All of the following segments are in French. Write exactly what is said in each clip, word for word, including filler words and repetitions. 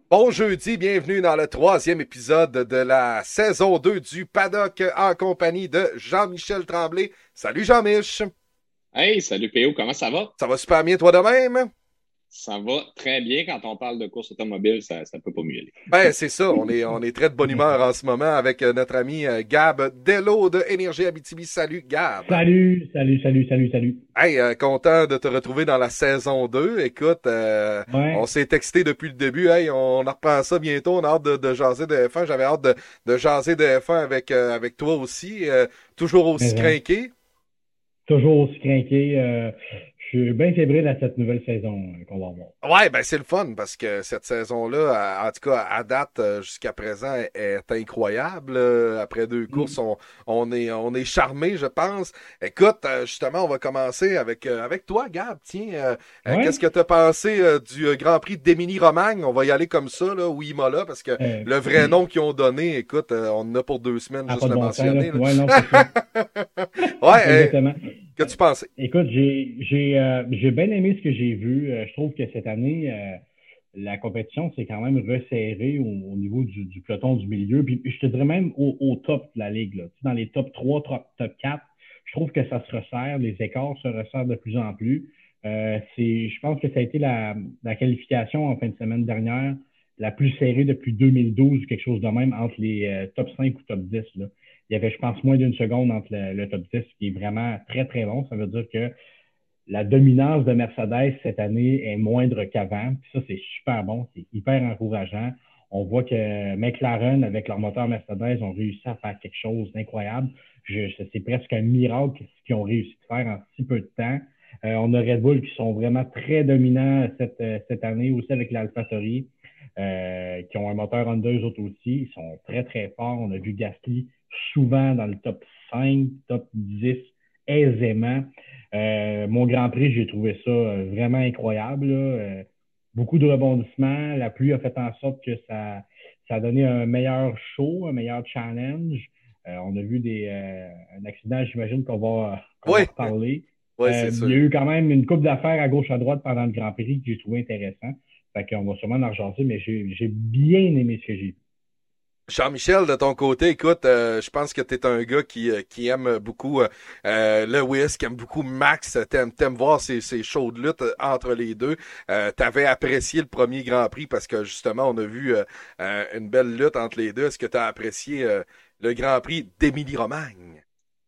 Bon jeudi, bienvenue dans le troisième épisode de la saison deux du Paddock en compagnie de Jean-Michel Tremblay. Salut Jean-Mich! Hey, salut P O, comment ça va? Ça va super bien toi de même? Ça va très bien quand on parle de course automobile, ça, ça peut pas mieux aller. Ben c'est ça, on est, on est très de bonne humeur en ce moment avec euh, notre ami euh, Gab Dello de Énergie Abitibi. Salut Gab! Salut, salut, salut, salut, salut. Hey, euh, content de te retrouver dans la saison deux. Écoute, euh, on Ouais, s'est texté depuis le début. Hey, on reprend ça bientôt. On a hâte de, de jaser de F un. J'avais hâte de, de jaser de F un avec, euh, avec toi aussi. Euh, toujours aussi mais hein, crinqué. toujours aussi craqué. Euh, je suis bien fébrile à cette nouvelle saison euh, qu'on va avoir. Ouais, ben c'est le fun parce que cette saison-là, à- en tout cas à date euh, jusqu'à présent, est, est incroyable. Euh, Après deux courses, Mm. on, on est on est charmé, je pense. Écoute, euh, justement, on va commencer avec euh, avec toi, Gab. Tiens, euh, euh, qu'est-ce Ouais, que tu as pensé euh, du euh, Grand Prix d'Émilie-Romagne? On va y aller comme ça, là, ou Imola, parce que euh, le vrai nom qu'ils ont donné, écoute, euh, on en a pour deux semaines ça n'a juste pas de le bon sens, là. mentionner. Là. Ouais, non, c'est ça. Ouais, euh, Exactement. que tu pensais? Écoute, j'ai j'ai euh, j'ai bien aimé ce que j'ai vu. Euh, je trouve que cette année, euh, la compétition s'est quand même resserrée au, au niveau du, du peloton du milieu. Puis je te dirais même au, au top de la ligue, là. Tu sais, dans les top trois, top, top quatre, je trouve que ça se resserre. Les écarts se resserrent de plus en plus. Euh, c'est, je pense que ça a été la, la qualification en fin de semaine dernière la plus serrée depuis deux mille douze, quelque chose de même, entre les euh, top cinq ou top dix, là. Il y avait, je pense, moins d'une seconde entre le, le top dix, qui est vraiment très, très long. Ça veut dire que la dominance de Mercedes cette année est moindre qu'avant. Puis ça, c'est super bon, c'est hyper encourageant. On voit que McLaren, avec leur moteur Mercedes, ont réussi à faire quelque chose d'incroyable. Je, c'est presque un miracle ce qu'ils ont réussi de faire en si peu de temps. Euh, on a Red Bull qui sont vraiment très dominants cette, euh, cette année, aussi avec l'AlphaTauri, euh, qui ont un moteur Honda, eux autres aussi. Ils sont très, très forts. On a vu Gasly souvent dans le top cinq, top dix, aisément. Euh, mon Grand Prix, j'ai trouvé ça euh, vraiment incroyable, là. Euh, beaucoup de rebondissements. La pluie a fait en sorte que ça, ça a donné un meilleur show, un meilleur challenge. Euh, on a vu des, euh, un accident, j'imagine qu'on va, qu'on va Oui, reparler. oui, c'est Euh, il y a sûr. eu quand même une coupe d'affaires à gauche à droite pendant le Grand Prix que j'ai trouvé intéressant. Fait qu'on va sûrement en rejaser, mais j'ai, j'ai bien aimé ce que j'ai vu. Jean-Michel, de ton côté, écoute, euh, je pense que tu es un gars qui, euh, qui aime beaucoup euh, euh, Lewis, qui aime beaucoup Max, t'aimes, t'aimes voir ces, ces shows de lutte euh, entre les deux. Euh, t'avais apprécié le premier Grand Prix parce que justement, on a vu euh, euh, une belle lutte entre les deux. Est-ce que tu as apprécié euh, le Grand Prix d'Émilie-Romagne?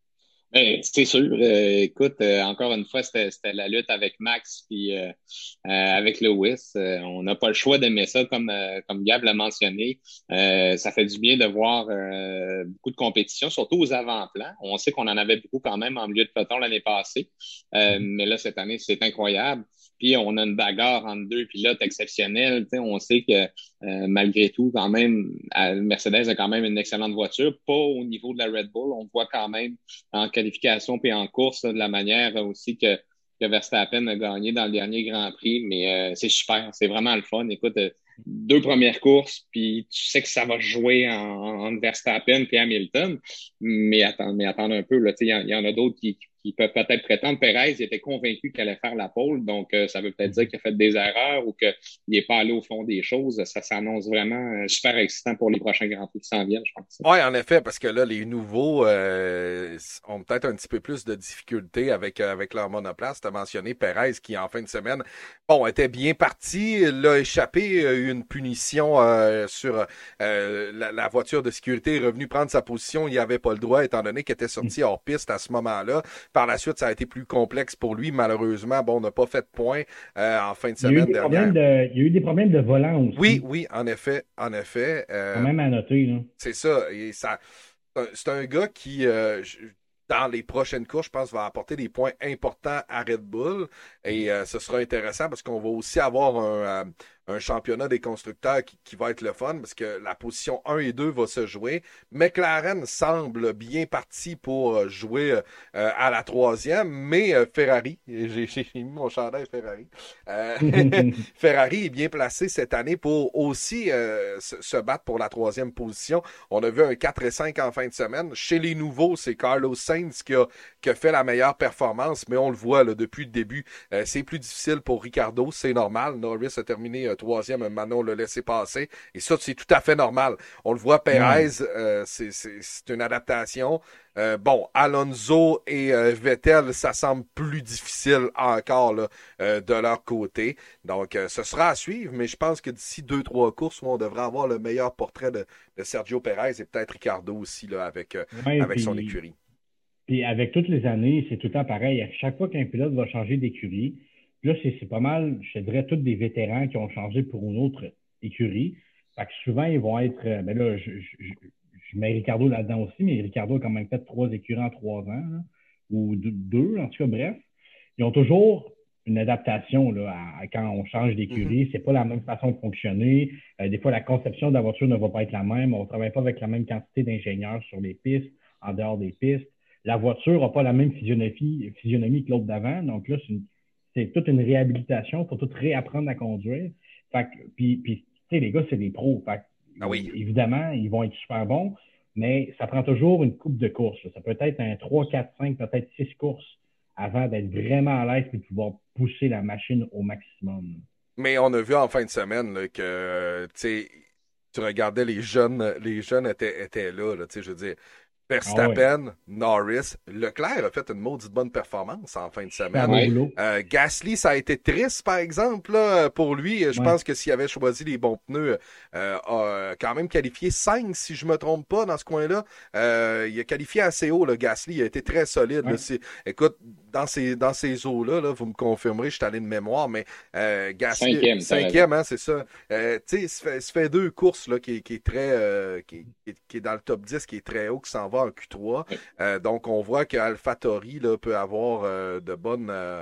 Ben, c'est sûr. Euh, écoute, euh, encore une fois, c'était, c'était la lutte avec Max puis euh, euh, avec Lewis. Euh, on n'a pas le choix d'aimer ça, comme euh, comme Gab l'a mentionné. Euh, ça fait du bien de voir euh, beaucoup de compétition, surtout aux avant-plans. On sait qu'on en avait beaucoup quand même en milieu de peloton l'année passée, Euh, mais là cette année c'est incroyable. Puis on a une bagarre entre deux pilotes exceptionnels. Tu sais, on sait que euh, malgré tout, quand même, euh, Mercedes a quand même une excellente voiture, pas au niveau de la Red Bull. On voit quand même en qualification puis en course, là, de la manière aussi que, que Verstappen a gagné dans le dernier Grand Prix. Mais euh, c'est super, c'est vraiment le fun. Écoute, euh, deux premières courses, puis tu sais que ça va jouer en, en Verstappen puis Hamilton. Mais attends, mais attends un peu, là, il y, en- y en a d'autres qui, qui peuvent peut-être prétendre. Perez, il était convaincu qu'il allait faire la pole, donc euh, ça veut peut-être dire qu'il a fait des erreurs ou qu'il n'est pas allé au fond des choses. Ça s'annonce vraiment euh, super excitant pour les prochains Grands Prix qui s'en viennent, je pense. Oui, en effet, parce que là, les nouveaux euh, ont peut-être un petit peu plus de difficultés avec, euh, avec leur monoplace. Tu as mentionné Perez qui, en fin de semaine, bon, était bien parti, l'a échappé, a eu une punition euh, sur euh, la, la voiture de sécurité, est revenu prendre sa position, il n'y avait pas le droit, étant donné qu'il était sorti hors piste à ce moment-là. Par la suite, ça a été plus complexe pour lui. Malheureusement, bon, on n'a pas fait de point euh, en fin de Il y a eu semaine des problèmes dernière. de, il y a eu des problèmes de volant Oui, aussi, oui, en effet, en effet. quand Euh, même à noter, là. c'est ça. Et ça, c'est un c'est un gars qui, euh, je- dans les prochaines courses, je pense, va apporter des points importants à Red Bull. Et euh, ce sera intéressant parce qu'on va aussi avoir un, euh, un championnat des constructeurs qui, qui va être le fun parce que la position un et deux va se jouer. McLaren semble bien parti pour euh, jouer euh, à la troisième, mais euh, Ferrari, j'ai j'ai mis mon chandail Ferrari, euh, Ferrari est bien placé cette année pour aussi euh, se, se battre pour la troisième position. On a vu un quatre et cinq en fin de semaine. Chez les nouveaux, c'est Carlos Sainz qui a, qui a fait la meilleure performance, mais on le voit là, depuis le début. Euh, c'est plus difficile pour Ricardo, c'est normal. Norris a terminé euh, troisième, Manon l'a laissé passer. Et ça, c'est tout à fait normal. On le voit, Perez, mm. euh, c'est, c'est, c'est une adaptation. Euh, bon, Alonso et euh, Vettel, ça semble plus difficile encore là, euh, de leur côté. Donc, euh, ce sera à suivre, mais je pense que d'ici deux, trois courses, on devrait avoir le meilleur portrait de, de Sergio Perez et peut-être Ricardo aussi là, avec, euh, ouais, avec puis, son écurie. Puis avec toutes les années, c'est tout le temps pareil. À chaque fois qu'un pilote va changer d'écurie, là, c'est, c'est pas mal, je te dirais, tous des vétérans qui ont changé pour une autre écurie. Fait que souvent, ils vont être. Ben là, je, je, je, je mets Ricardo là-dedans aussi, mais Ricardo a quand même fait trois écuries en trois ans, là, ou deux, en tout cas, bref. Ils ont toujours une adaptation là, à, à quand on change d'écurie. Mm-hmm. C'est pas la même façon de fonctionner. Euh, des fois, la conception de la voiture ne va pas être la même. On ne travaille pas avec la même quantité d'ingénieurs sur les pistes, en dehors des pistes. La voiture n'a pas la même physionomie, physionomie que l'autre d'avant. Donc là, c'est, une, c'est toute une réhabilitation. Il faut tout réapprendre à conduire. Fait que, puis, puis tu sais, les gars, c'est des pros. Fait que, ah oui. Évidemment, ils vont être super bons, mais ça prend toujours une coupe de courses. Ça peut être un trois, quatre, cinq, peut-être six courses avant d'être vraiment à l'aise et de pouvoir pousser la machine au maximum. Mais on a vu en fin de semaine là, que tu regardais les jeunes, les jeunes étaient, étaient là, là je veux dire. Verstappen, ah ouais. Norris, Leclerc a fait une maudite bonne performance en fin de semaine. Ouais. Euh, Gasly, ça a été triste, par exemple, là, pour lui. Je ouais. pense que s'il avait choisi les bons pneus, euh, a quand même qualifié cinq, si je me trompe pas, dans ce coin-là. Euh, il a qualifié assez haut, le Gasly. Il a été très solide. Ouais. Là, c'est, écoute, dans ces, dans ces eaux-là, là, vous me confirmerez, je suis allé de mémoire, mais euh, Gasly, cinquième, cinquième hein, c'est ça. Euh, tu sais, il se fait, se fait deux courses là, qui, qui est très, euh, qui, qui, qui est dans le top dix, qui est très haut, qui s'en va en Q trois. Oui. Euh, donc, on voit qu'AlphaTauri là, peut avoir euh, de bonnes euh,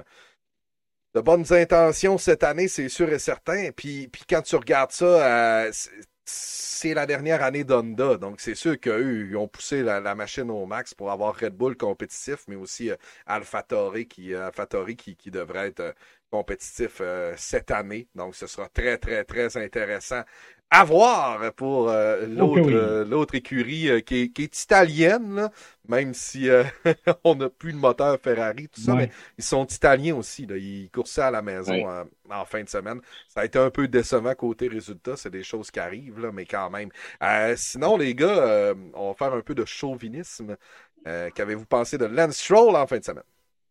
de bonnes intentions cette année, c'est sûr et certain. Puis, puis quand tu regardes ça, euh, c'est, c'est la dernière année d'Honda. Donc, c'est sûr qu'eux, ils ont poussé la, la machine au max pour avoir Red Bull compétitif, mais aussi euh, AlphaTauri qui, euh, AlphaTauri qui, qui devrait être euh, compétitif euh, cette année. Donc, ce sera très, très, très intéressant à voir pour euh, l'autre, okay, oui. euh, l'autre écurie euh, qui, est, qui est italienne, là, même si euh, on n'a plus le moteur Ferrari, tout ça, ouais. mais ils sont italiens aussi. Là, ils coursaient à la maison ouais. en, en fin de semaine. Ça a été un peu décevant côté résultat, c'est des choses qui arrivent, là, mais quand même. Euh, sinon, les gars, euh, on va faire un peu de chauvinisme. Euh, qu'avez-vous pensé de Lance Stroll en fin de semaine?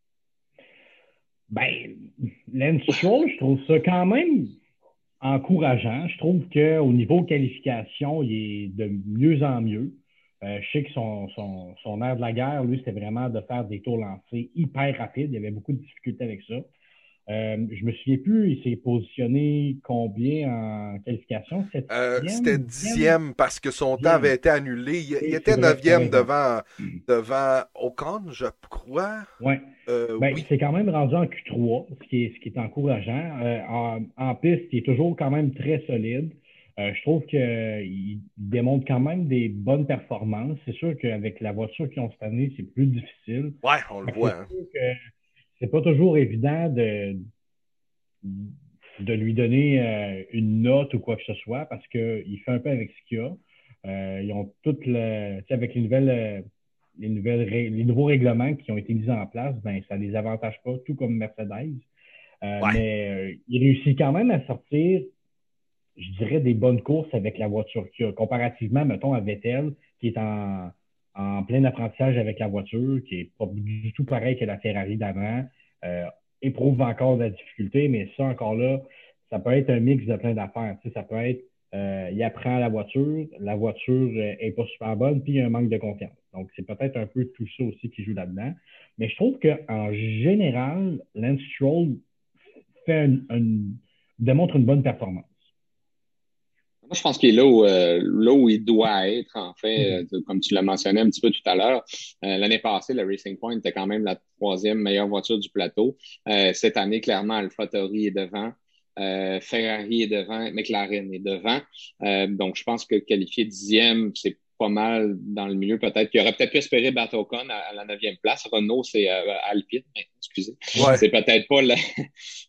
Ben, Lance Stroll, je trouve ça quand même encourageant. Je trouve qu'au niveau qualification, il est de mieux en mieux. Euh, je sais que son, son, son air de la guerre, lui, c'était vraiment de faire des tours lancés hyper rapides. Il y avait beaucoup de difficultés avec ça. Euh, je me souviens plus, il s'est positionné combien en qualification? Euh, c'était dixième parce que son dixième. temps avait été annulé. Il, il était neuvième devant, devant Ocon, je crois. Ouais. Euh, ben, oui. C'est quand même rendu en Q trois, ce qui est, ce qui est encourageant. Euh, en, en piste, il est toujours quand même très solide. Euh, je trouve qu'il démontre quand même des bonnes performances. C'est sûr qu'avec la voiture qu'ils ont cette année, c'est plus difficile. Ouais, on le voit. Hein. C'est pas toujours évident de, de lui donner euh, une note ou quoi que ce soit parce qu'il fait un peu avec ce qu'il y a. Euh, ils ont toutes le, tu sais, avec les nouvelles, euh, les nouvelles, les nouveaux règlements qui ont été mis en place, ben ça les avantage pas, tout comme Mercedes. Euh, ouais. Mais euh, il réussit quand même à sortir, je dirais, des bonnes courses avec la voiture qu'il a, comparativement, mettons, à Vettel, qui est en en plein apprentissage avec la voiture, qui est pas du tout pareil que la Ferrari d'avant, euh, éprouve encore de la difficulté, mais ça, encore là, ça peut être un mix de plein d'affaires. Tu sais, ça peut être, euh, il apprend la voiture, la voiture euh, est pas super bonne, puis il y a un manque de confiance. Donc, c'est peut-être un peu tout ça aussi qui joue là-dedans. Mais je trouve qu'en général, Lance Stroll fait un, un, démontre une bonne performance. Moi, je pense qu'il est là où, euh, là où il doit être, en fait, mm-hmm. euh, comme tu l'as mentionné un petit peu tout à l'heure. Euh, l'année passée, le Racing Point était quand même la troisième meilleure voiture du plateau. Euh, cette année, clairement, AlphaTauri est devant. Euh, Ferrari est devant. McLaren est devant. Euh, donc, je pense que qualifier dixième, c'est pas mal dans le milieu. Peut-être qu'il aurait peut-être pu espérer battre Ocon à, à la neuvième place. Renault, c'est euh, Alpine, excusez. Ouais. C'est peut-être pas la,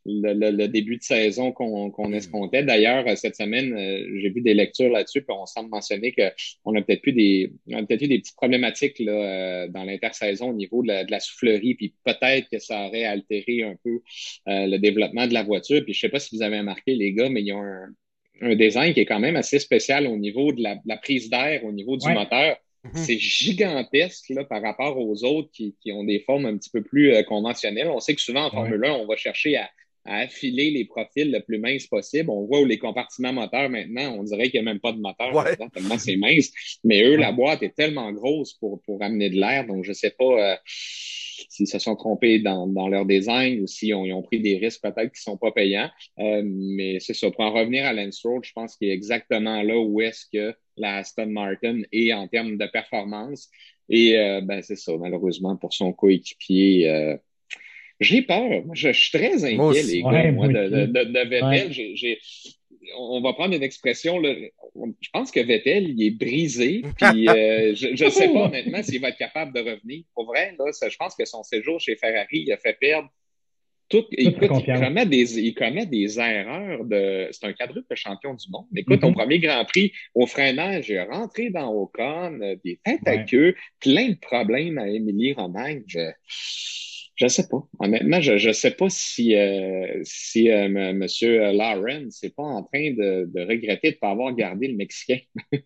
le, le, le début de saison qu'on qu'on escomptait. D'ailleurs, cette semaine, euh, j'ai vu des lectures là-dessus, puis on semble mentionner qu'on a peut-être eu des, on a peut-être eu des petites problématiques là, euh, dans l'intersaison au niveau de la, de la soufflerie, puis peut-être que ça aurait altéré un peu euh, le développement de la voiture. Puis je sais pas si vous avez remarqué, les gars, mais ils ont un, un design qui est quand même assez spécial au niveau de la, de la prise d'air, au niveau du Ouais. moteur. Mhm. C'est gigantesque là, par rapport aux autres qui, qui ont des formes un petit peu plus euh, conventionnelles. On sait que souvent en Formule un, on va chercher à, à affiler les profils le plus mince possible. On voit où les compartiments moteurs maintenant, on dirait qu'il n'y a même pas de moteur Ouais. là-dedans, tellement c'est mince. Mais eux, Ouais. la boîte est tellement grosse pour, pour amener de l'air, donc je sais pas euh, s'ils se sont trompés dans, dans leur design ou s'ils ont, ils ont pris des risques peut-être qui sont pas payants. Euh, mais c'est ça. Pour en revenir à Lance Stroll, je pense qu'il est exactement là où est-ce que la Aston Martin est en termes de performance. Et euh, ben c'est ça, malheureusement, pour son coéquipier. Euh, j'ai peur. Moi, je, je suis très inquiet, Moi aussi. les gars, Ouais, moi, moi de, de, aussi. de, de Vettel. Ouais. J'ai, j'ai, on va prendre une expression. Là. Je pense que Vettel, il est brisé. Puis euh, je ne sais pas honnêtement s'il va être capable de revenir. Pour vrai, là, ça, je pense que son séjour chez Ferrari, il a fait perdre tout. Toute Écoute, il confiance. commet des, il commet des erreurs de. C'est un quadruple champion du monde. Écoute, au Mhm. premier Grand Prix, au freinage, il est rentré dans Ocon, euh, des têtes à Ouais. queue, plein de problèmes à Émilie Romagne. Je, je sais pas. Honnêtement, je, je sais pas si, euh, si euh, M. Monsieur Lawrence c'est pas en train de, de regretter de pas avoir gardé le Mexicain.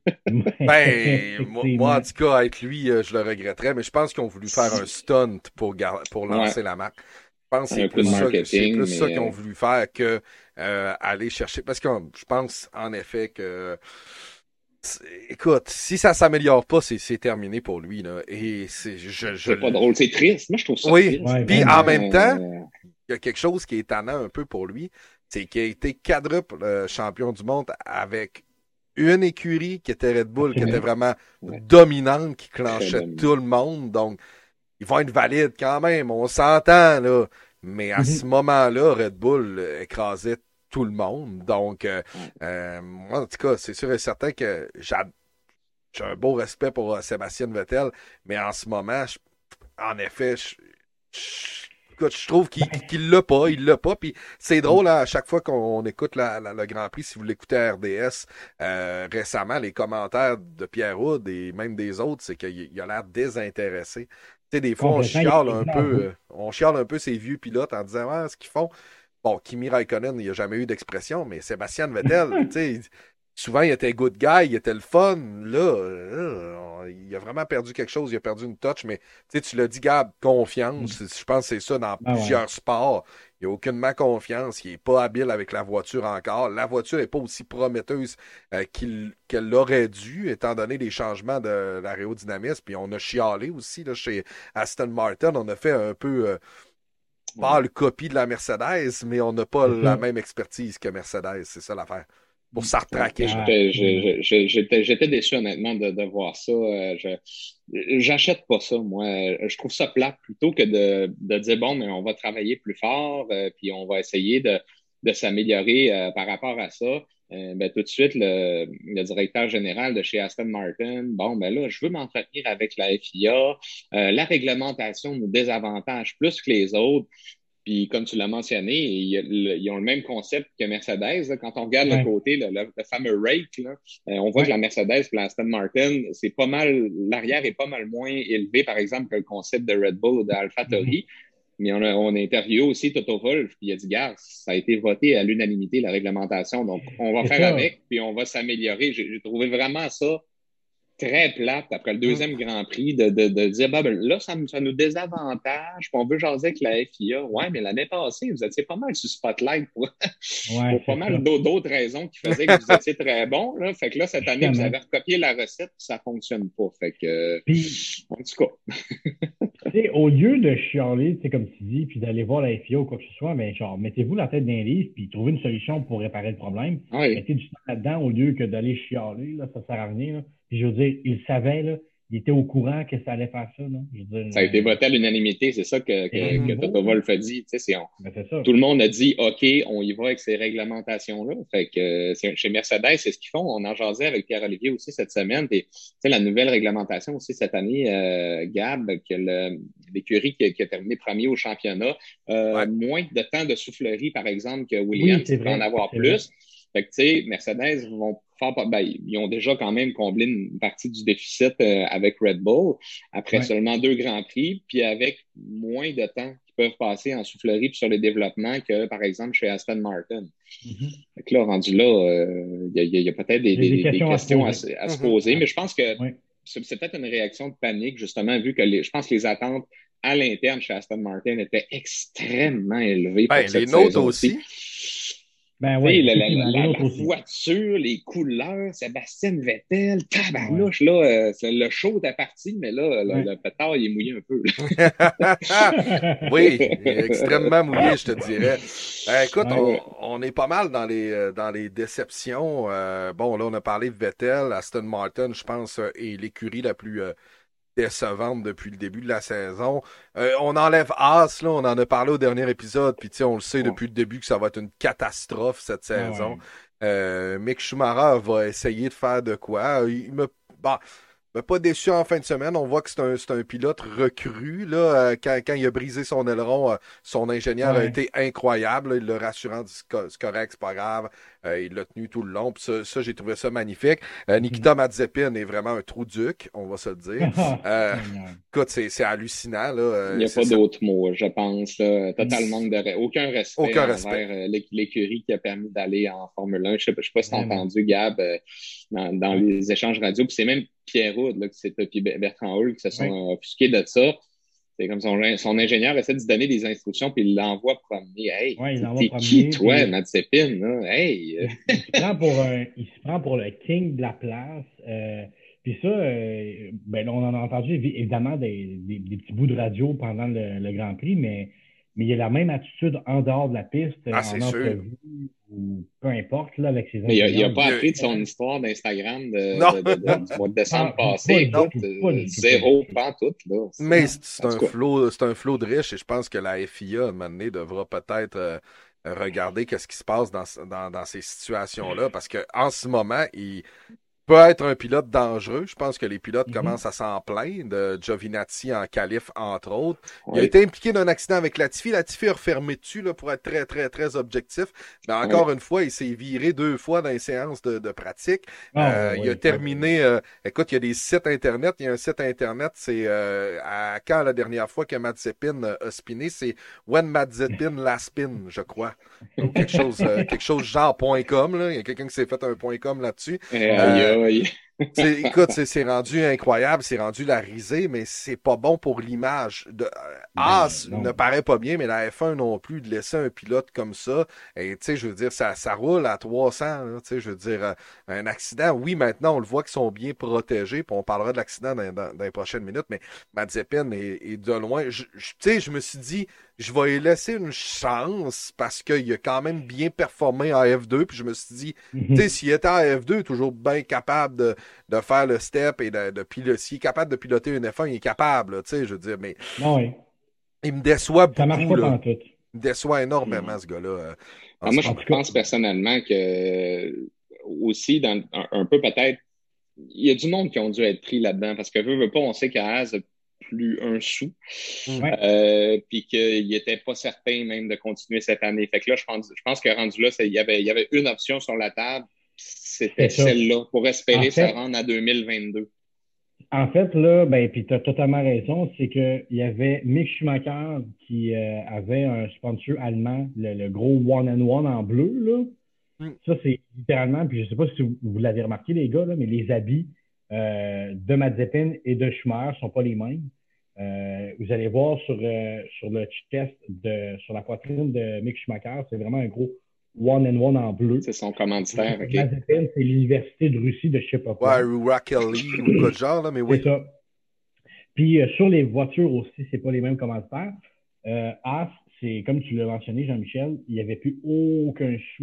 Ben, moi, moi, en Effectivement. tout cas, être lui, euh, je le regretterais, mais je pense qu'ils ont voulu faire un stunt pour, gar- pour Ouais, lancer la marque. Je pense que c'est un coup plus de ça, que- c'est plus marketing, ça mais qu'ils ont euh, voulu faire que euh, aller chercher. Parce que euh, je pense en effet que c'est- écoute, si ça s'améliore pas, c'est c'est terminé pour lui, là. Et c'est je, je c'est pas l- drôle. C'est triste. Moi, je trouve ça oui. triste. Ouais, Puis vraiment. en même temps, Vraiment. il y a quelque chose qui est étonnant un peu pour lui, c'est qu'il a été quadruple euh, champion du monde avec une écurie qui était Red Bull, qui était Absolument. vraiment Ouais, dominante, qui très clenchait dominant. tout le monde. Donc, ils vont être valides quand même, on s'entend, là. Mais à ce Mhm. moment-là, Red Bull euh, écrasait tout le monde. Donc, euh, Ouais. euh, moi, en tout cas, c'est sûr et certain que j'ai j'ai un beau respect pour euh, Sébastien Vettel, mais en ce moment, je- en effet, je, je- écoute, je trouve qu'il qu'il l'a pas, il l'a pas. Puis c'est drôle, hein, à chaque fois qu'on écoute la- la- le Grand Prix, si vous l'écoutez à R D S euh, récemment, les commentaires de Pierre Houd et même des autres, c'est qu'il il a l'air désintéressé. Tu sais, des fois, on Complètement. Il chiale est un peu, désavoué. euh, on chiale un peu ces vieux pilotes en disant, ah, ce qu'ils font. Bon, Kimi Raikkonen, il n'y a jamais eu d'expression, mais Sébastien Vettel, tu sais, souvent, il était good guy, il était le fun. Là, euh, il a vraiment perdu quelque chose, il a perdu une touch, mais tu sais, tu l'as dit, Gab, confiance. Je pense que c'est ça dans Ah ouais. plusieurs sports. Il n'y a aucunement confiance, il n'est pas habile avec la voiture encore. La voiture n'est pas aussi prometteuse euh, qu'il, qu'elle l'aurait dû, étant donné les changements de l'aérodynamisme. Puis on a chialé aussi là, chez Aston Martin, on a fait un peu euh, Ouais. pâle copie de la Mercedes, mais on n'a pas C'est la ça. même expertise que Mercedes, c'est ça l'affaire. Pour Ouais, s'attraquer. Ah, j'étais, absolument. j'ai- j'ai- j'étais, j'étais déçu honnêtement de, de voir ça. Euh, Je, j'achète pas ça, moi. Euh, Je trouve ça plat plutôt que de, de dire bon, mais on va travailler plus fort, euh, puis on va essayer de, de s'améliorer euh, par rapport à ça. Euh, ben, tout de suite, le, le directeur général de chez Aston Martin, bon, ben là, je veux m'entretenir avec la F I A. Euh, la réglementation nous désavantage plus que les autres. Puis, comme tu l'as mentionné, ils, ils ont le même concept que Mercedes. Là. Quand on regarde le Ouais. côté, le, le, le fameux rake, là, euh, on voit Ouais. que la Mercedes et la Aston Martin, c'est pas mal, l'arrière est pas mal moins élevé, par exemple, que le concept de Red Bull ou Mhm. d'AlphaTauri. Mais on a, on a interviewé aussi Toto Wolff, puis il a dit, gars, ça a été voté à l'unanimité, la réglementation. Donc, on va C'est faire ça. avec, puis on va s'améliorer. J'ai, j'ai trouvé vraiment ça très plate après le Hum. deuxième Grand Prix de, de, de dire bah, ben, là, ça, ça nous désavantage, puis on veut jaser avec la F I A. Ouais, mais l'année passée, vous étiez pas mal sur Spotlight pour, Ouais, pour pas c'est mal ça. d'autres d'autres raisons qui faisaient que vous étiez très bon. Là. Fait que là, cette année, vous Justement. avez recopié la recette, puis ça fonctionne pas. Fait que, euh, Puis, en tout cas, tu sais, au lieu de chialer, tu sais, comme tu dis, puis d'aller voir la F I A ou quoi que ce soit, ben, genre, mettez-vous la tête d'un livre, puis trouvez une solution pour réparer le problème. oui, Mettez du temps là-dedans au lieu que d'aller chialer, là, ça sert à rien, là. Puis je veux dire, ils savaient, là, il était au courant que ça allait faire ça, non? Je veux dire, Ça a été euh, voté à l'unanimité, c'est ça que, c'est rien de que, que nouveau, Toto là. Wolff a dit. Tu sais, c'est, on, Ben, c'est ça. tout le monde a dit OK, on y va avec ces réglementations-là. Fait que euh, c'est- chez Mercedes, c'est ce qu'ils font. On en jasait avec Pierre-Olivier aussi cette semaine. Et, tu sais, la nouvelle réglementation aussi cette année, euh, Gab, que le, l'écurie qui, a- qui a terminé premier au championnat, euh, Ouais. moins de temps de soufflerie, par exemple, que Oui, Williams, c'est qui va en vrai. avoir C'est vrai. plus. Fait que, tu sais, Mercedes vont faire, ben, ils ont déjà quand même comblé une partie du déficit euh, avec Red Bull après Ouais. seulement deux grands prix, puis avec moins de temps qu'ils peuvent passer en soufflerie puis sur le développement que, par exemple, chez Aston Martin. Mhm. Fait que là, rendu là, euh, il y a, y a peut-être des, Il y a des des, des questions à se questions à, poser. à se Mhm. poser, mais je pense que Oui. c'est, c'est peut-être une réaction de panique, justement, vu que les, je pense que les attentes à l'interne chez Aston Martin étaient extrêmement élevées Ben, pour les cette nôtres saison-ci. aussi. Ben Tu sais, oui, la, la, effectivement, les la, la nôtres aussi. voiture, les couleurs, Sébastien Vettel, Ouais. tabarnouche, là, euh, c'est- le show est parti, mais là, le, Ouais. le pétard, il est mouillé un peu. Là. Oui, extrêmement mouillé, je te dirais. Euh, écoute, Ouais. on, on est pas mal dans les euh, dans les déceptions. Euh, bon, là, on a parlé de Vettel, Aston Martin, je pense, euh, est l'écurie la plus euh, décevante depuis le début de la saison. Euh, on enlève Haas, là, on en a parlé au dernier épisode, puis tu sais, on le sait Ouais. depuis le début que ça va être une catastrophe cette Ah saison. ouais. Euh, Mick Schumacher va essayer de faire de quoi. Il me, bon, m'a pas déçu en fin de semaine. On voit que c'est un, c'est un pilote recru. Là, euh, quand, quand il a brisé son aileron, euh, son ingénieur a Ouais. été incroyable. Là. Il l'a rassurant, dit c'est co- c'est correct, c'est pas grave. Euh, il l'a tenu tout le long. Puis ça, ça, j'ai trouvé ça magnifique. Euh, Mhm. Nikita Mazepin est vraiment un trou duc, on va se le dire. Ah, Euh, Seigneur. écoute, c'est, c'est hallucinant. Là. Il Euh, n'y a c'est pas ça. d'autre mot, je pense. Là. Total Mm. manque de re- aucun respect Aucun envers respect. euh, l'é- l'écurie qui a permis d'aller en Formule un. Je sais, pas- je sais pas si tu as Vraiment. entendu, Gab, euh, dans, dans Ouais. les échanges radio. Puis c'est même Pierre Houd, là, qui s'est- puis Bertrand Hull qui se sont Ouais. euh, offusqués de ça. C'est comme son, son ingénieur essaie de se donner des instructions, puis il l'envoie promener. Hey, Ouais, il t'es l'envoie t'es qui, promener, toi, puis Mazepin? Là? Hey! euh, il, il se prend pour un, il se prend pour le king de la place. Euh, puis ça, euh, ben, on en a entendu évi- évidemment des, des, des petits bouts de radio pendant le, le Grand Prix, mais, mais il a la même attitude en dehors de la piste, Ah, euh, c'est en sûr. entrevue ou peu importe, là, avec ses Mais il a, il a ingénieurs. pas Il y a- appris de son Différent. histoire d'Instagram de, Non, de, de, de- Non, du mois de décembre pas, passé. pas du Écoute, tout, pas euh, du tout, pas du zéro tout. pantoute, là. C'est- mais Non. c'est c'est En un tout cas. flot, c'est un flot de riches et je pense que la F I A, à un moment donné, devra peut-être euh, regarder qu'est-ce qui se passe dans, ce- dans, dans ces situations-là parce que en ce moment, il peut être un pilote dangereux. Je pense que les pilotes Mhm. commencent à s'en plaindre. De Giovinazzi en qualif, entre autres. Il a Oui, été impliqué d'un accident avec Latifi. Latifi a refermé dessus là, pour être très, très, très objectif. Mais oui. encore une fois, il s'est viré deux fois dans les séances de, de pratique. Ah, Euh, ouais, il a ouais. terminé. euh, écoute, il y a des sites Internet. Il y a un site Internet, c'est euh, à quand la dernière fois que Mazepin euh, a spiné? C'est When Mazepin last spin, je crois. Ou quelque chose, euh, quelque chose genre point .com. Là. Il y a quelqu'un qui s'est fait un point .com là-dessus. Eh, aïe, Euh, aïe. c'est- écoute, c'est c'est rendu incroyable, c'est rendu la risée, mais c'est pas bon pour l'image. De, euh, Ben, Haas non. ne paraît pas bien, mais la F un non plus, de laisser un pilote comme ça. Et tu sais, je veux dire, ça, ça roule à trois cents. là, Tu sais, je veux dire, euh, un accident, oui, maintenant, on le voit qu'ils sont bien protégés, puis on parlera de l'accident dans, dans- dans les prochaines minutes, mais Mazepin est, est de loin. Je- je- Tu sais, je me suis dit, je vais lui laisser une chance parce qu'il a quand même bien performé en F deux, puis je me suis dit, tu sais, s'il était en F deux, toujours bien capable de, de faire le step et de, de piloter. S'il est capable de piloter une F un, il est capable, là, tu sais, je veux dire, mais Non, oui. il me déçoit Ça marche beaucoup, pas là. pantoute. Il me déçoit énormément, ce gars-là. euh, en Ah, ce moi, je En moment. tout cas, pense personnellement que euh, aussi, dans, un, un peu peut-être, il y a du monde qui ont dû être pris là-dedans parce que veut, veut pas, on sait qu'Az a plus un sou, Mm. ouais. euh, puis qu'il n'était pas certain même de continuer cette année. Fait que là, je pense, je pense que rendu là, c'est- il y avait, il y avait une option sur la table, c'était C'est ça. celle-là, pour En espérer se fait, rendre à deux mille vingt-deux. en fait, là, ben, puis tu as totalement raison, c'est qu'il y avait Mick Schumacher qui euh, avait un sponsor allemand, le, le gros One and One en bleu, là. Mm. Ça, c'est littéralement, puis je sais pas si vous, vous l'avez remarqué, les gars, là, mais les habits euh, de Mazepin et de Schumacher sont pas les mêmes. Euh, vous allez voir sur, euh, sur le chest, de, sur la poitrine de Mick Schumacher, c'est vraiment un gros One and One en bleu. C'est son Et commanditaire, OK? Mazepin, c'est l'université de Russie de je sais pas quoi. Ouais, ou Rock Ellie ou quoi de genre, là, mais oui. C'est ça. Puis euh, sur les voitures aussi, c'est pas les mêmes commanditaires. Euh, Haas, c'est comme tu l'as mentionné, Jean-Michel, il n'y avait plus aucun sou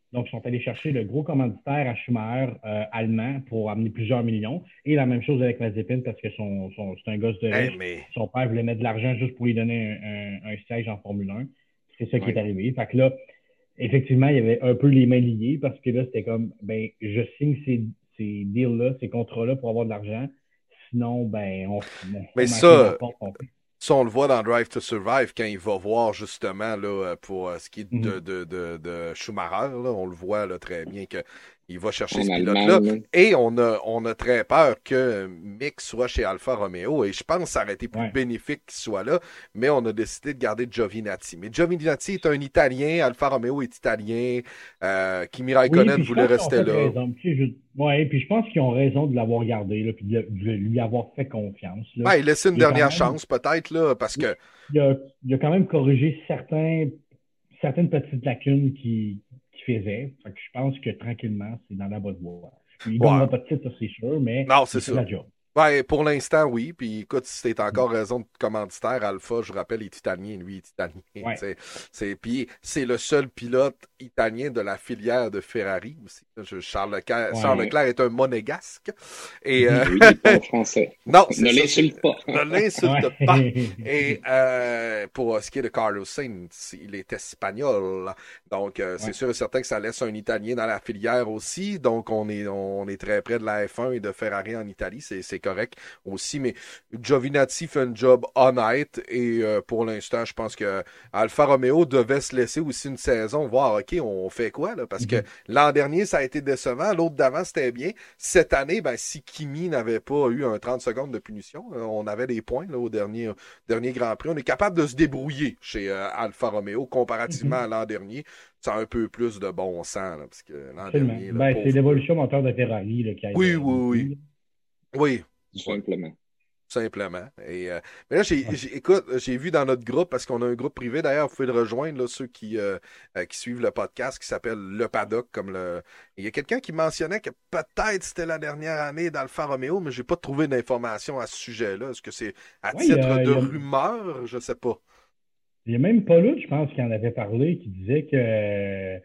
Donc, ils sont allés chercher le gros commanditaire à Schumacher euh, allemand pour amener plusieurs millions. Et la même chose avec Mazepin parce que son, son, c'est un gosse de Hey, riche. mais... Son père voulait mettre de l'argent juste pour lui donner un, un, un siège en Formule un. C'est ça qui Ouais. est arrivé. Fait que là, effectivement, il y avait un peu les mains liées parce que là, c'était comme, ben, je signe ces, ces deals-là, ces contrats-là pour avoir de l'argent. Sinon, ben, on, on, Mais on ça, la porte. On... ça, on le voit dans Drive to Survive quand il va voir justement là, pour euh, ce qui est de, Mhm. de, de, de Schumacher, là, on le voit là, très bien que il va chercher En ce Allemagne, pilote-là. là. Et on a, on a très peur que Mick soit chez Alfa Romeo. Et je pense que ça aurait été plus Ouais. bénéfique qu'il soit là. Mais on a décidé de garder Giovinazzi. Mais Giovinazzi est un Italien. Alfa Romeo est italien. Euh, Kimi Raikkonen Oui, puis je voulait pense qu'ils ont rester fait là. raison. Tu sais, je... Ouais, puis je pense qu'ils ont raison de l'avoir gardé, là, puis de, de lui avoir fait confiance. Là. Ouais, il laisse une Il, est quand dernière même... chance peut-être, là, parce que il, a, il a quand même corrigé certains, certaines petites lacunes qu'il qui faisait. Fait que je pense que tranquillement, c'est dans la bonne voie. Il ne ouais. gagnera pas de titre, ça, c'est sûr, mais Non, c'est il fait ça. la job. Ouais, pour l'instant, oui. Puis écoute, si t'es encore raison de commanditaire, Alpha, je rappelle, est italien, lui est italien. Ouais. C'est, c'est, puis c'est le seul pilote italien de la filière de Ferrari aussi. Je- Charles Leclerc, Ouais. Charles Leclerc est un monégasque. Et, euh, Oui, il n'est pas français. non, c'est Ne ça, l'insulte c'est- pas. Ne l'insulte Ouais. pas. Et euh, pour ce qui est de Carlos Sainz, il est espagnol. Donc, euh, c'est Ouais. sûr et certain que ça laisse un Italien dans la filière aussi. Donc, on est, on est très près de la F un et de Ferrari en Italie. C'est, c'est correct aussi. Mais Giovinazzi fait un job honnête. Et euh, pour l'instant, je pense que Alfa Romeo devait se laisser aussi une saison, voir, OK, on fait quoi, là? Parce que Mhm. l'an dernier, ça a été décevant. L'autre d'avant, c'était bien. Cette année, ben, si Kimi n'avait pas eu un trente secondes de punition, euh, on avait des points là, au dernier, dernier Grand Prix. On est capable de se débrouiller chez euh, Alfa Romeo comparativement Mhm. à l'an dernier. Ça a un peu plus de bon sens, là, parce que l'an Absolument. dernier, là, Ben, pauvre c'est peu. l'évolution moteur de Ferrari là, qui aide Oui, euh, oui, beaucoup. oui. là. Oui. Tout Ouais. simplement. Simplement. Et, euh, mais là, j'ai, Ouais. j'ai- écoute, j'ai vu dans notre groupe, parce qu'on a un groupe privé, d'ailleurs, vous pouvez le rejoindre, là, ceux qui, euh, euh, qui suivent le podcast, qui s'appelle Le Paddock, comme le. Il y a quelqu'un qui mentionnait que peut-être c'était la dernière année d'Alfa Romeo, mais j'ai pas trouvé d'informations à ce sujet-là. Est-ce que c'est à Ouais, il y titre a, de il y a- rumeur? Je sais pas. il y a même Paul, je pense, qui en avait parlé, qui disait que euh,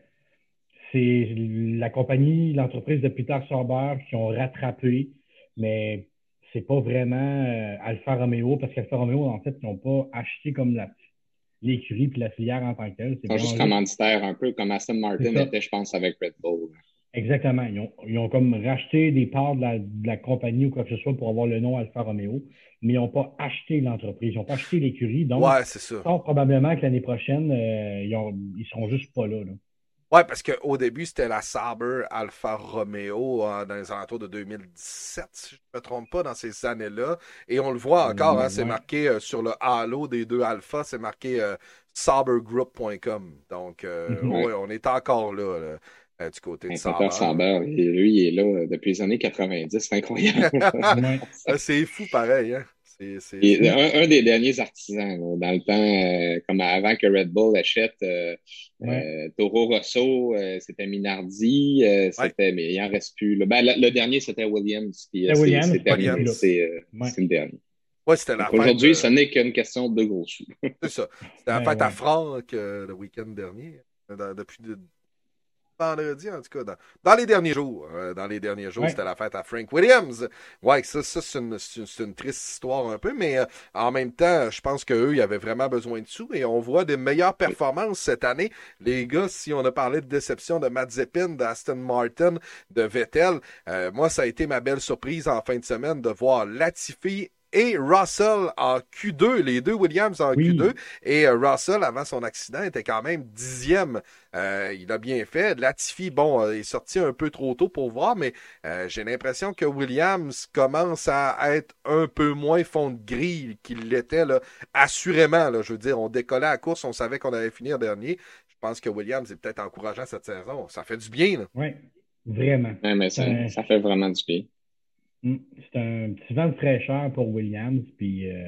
c'est la compagnie, l'entreprise de Peter Sauber qui ont rattrapé, mais c'est pas vraiment euh, Alfa Romeo, parce qu'Alfa Romeo, en fait, ils n'ont pas acheté comme la, l'écurie puis la filière en tant que telle. C'est Ils sont juste vraiment juste. commanditaires un peu comme Aston C'est Martin ça. était, je pense, avec Red Bull. Exactement. Ils ont, ils ont comme racheté des parts de la, de la compagnie ou quoi que ce soit pour avoir le nom Alfa Romeo, mais ils n'ont pas acheté l'entreprise, ils n'ont pas acheté l'écurie. Donc, Ouais, c'est ça. fort probablement que l'année prochaine, euh, ils, ont, ils seront juste pas là. là. Ouais, parce qu'au début, c'était la Sauber Alfa Romeo euh, dans les alentours de deux mille dix-sept, si je ne me trompe pas, dans ces années-là. Et on le voit encore, hein, c'est Ouais. marqué euh, sur le halo des deux Alpha, c'est marqué euh, sauber group point com. Donc, euh, Mhm. ouais, Ouais. on est encore là, là, euh, du côté de Un Sauber. Peter Sauber, et lui, il est là euh, depuis les années quatre-vingt-dix. C'est incroyable. Ouais. Ah, c'est fou pareil, hein? C'est, c'est, Et c'est- un, un des derniers artisans, là, dans le temps, euh, comme avant que Red Bull achète euh, Ouais. euh, Toro Rosso, euh, c'était Minardi, euh, Ouais, c'était, mais il en reste plus. Là. Ben, le, le dernier, c'était Williams, puis euh, C'était c'est, Williams, c'est je pense qu'il est plus terminé. là. Williams. C'est, euh, Ouais. c'est le dernier. Ouais, c'était Donc la fête. aujourd'hui, ce euh, n'est qu'une question de gros sous. c'est ça. C'était la Ben fête à ouais. Franck euh, le week-end dernier. euh, dans- depuis de- vendredi, en tout cas, dans, dans les derniers jours. Euh, dans les derniers jours, Ouais. c'était la fête à Frank Williams. Ouais, ça, ça c'est une, c'est une, c'est une triste histoire un peu, mais euh, en même temps, je pense qu'eux, ils avaient vraiment besoin de sous et on voit des meilleures performances cette année. Les gars, si on a parlé de déception de Mazepin, d'Aston Martin, de Vettel, euh, moi, ça a été ma belle surprise en fin de semaine de voir Latifi et Russell en Q deux, les deux Williams en Oui. Q deux. Et euh, Russell, avant son accident, était quand même dixième. Euh, il a bien fait. Latifi, bon, euh, est sorti un peu trop tôt pour voir, mais euh, j'ai l'impression que Williams commence à être un peu moins fond de grille qu'il l'était, là, assurément. Là, je veux dire, on décollait à la course, on savait qu'on allait finir dernier. Je pense que Williams est peut-être encourageant cette saison. Ça fait du bien, là. Ouais. Vraiment. Ouais, mais C'est ça, un, ça fait vraiment du bien. mm, c'est un petit vent de fraîcheur pour Williams, puis euh,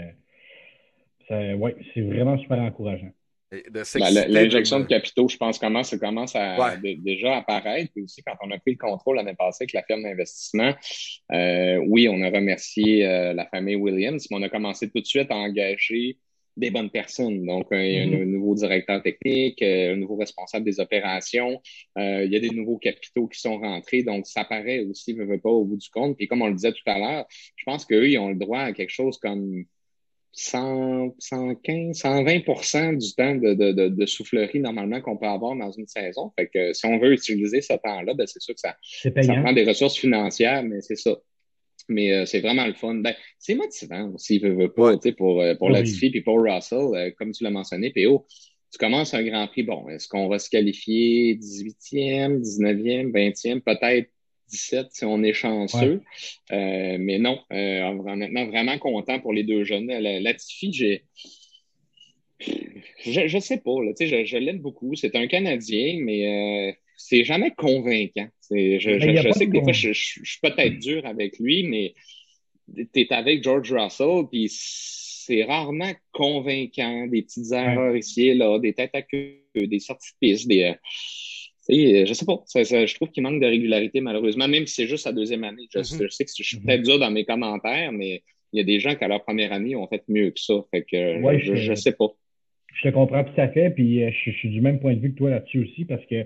ça, ouais, c'est vraiment super encourageant. Et de Ben, s'exciter l'injection de d'une- capitaux, je pense, commence, ça commence à Ouais. de- déjà apparaître. Puis aussi, quand on a pris le contrôle l'année passée avec la firme d'investissement, euh, oui, on a remercié euh, la famille Williams, mais on a commencé tout de suite à engager des bonnes personnes. Donc, euh, il y a un, Mhm. un nouveau directeur technique, euh, un nouveau responsable des opérations. Euh, il y a des nouveaux capitaux qui sont rentrés. Donc, ça paraît aussi, veut, veut pas, au bout du compte. Puis, comme on le disait tout à l'heure, je pense qu'eux, ils ont le droit à quelque chose comme cent, cent quinze, cent vingt pour cent du temps de, de, de, de soufflerie normalement qu'on peut avoir dans une saison. Fait que si on veut utiliser ce temps-là, ben c'est sûr que ça, C'est ça payant. prend des ressources financières, mais c'est ça. Mais euh, c'est vraiment le fun. Ben, c'est motivant aussi, veut, veut Ouais. pas, tu sais, pour, euh, pour Ah oui. Latifi puis pour Russell, euh, comme tu l'as mentionné, P O, tu commences un Grand Prix, bon, est-ce qu'on va se qualifier dix-huitième, dix-neuvième, vingtième, peut-être dix-sept si on est Ouais. chanceux. Euh, mais non, euh, honnêtement, vraiment content pour les deux jeunes. La- Latifi, j'ai, je, je sais pas, là, tu sais, je, je l'aime beaucoup. C'est un Canadien, mais euh, c'est jamais convaincant. C'est, je, Ben, il je, n'y a je pas sais de que des fois, con. je, je, je suis peut-être dur avec lui, mais t'es avec George Russell, puis c'est rarement convaincant. Des petites Ouais. erreurs ici et là, des têtes à queue, des sorties de piste, des... euh, tu sais, je sais pas. Ça, ça, je trouve qu'il manque de régularité, malheureusement, même si c'est juste sa deuxième année. Je, Mhm. je sais que je suis Mhm. peut-être dur dans mes commentaires, mais il y a des gens qui, à leur première année, ont fait mieux que ça. Fait que Ouais, je, je, je je, sais pas. je te comprends tout à fait, puis euh, je, je suis du même point de vue que toi là-dessus aussi, parce que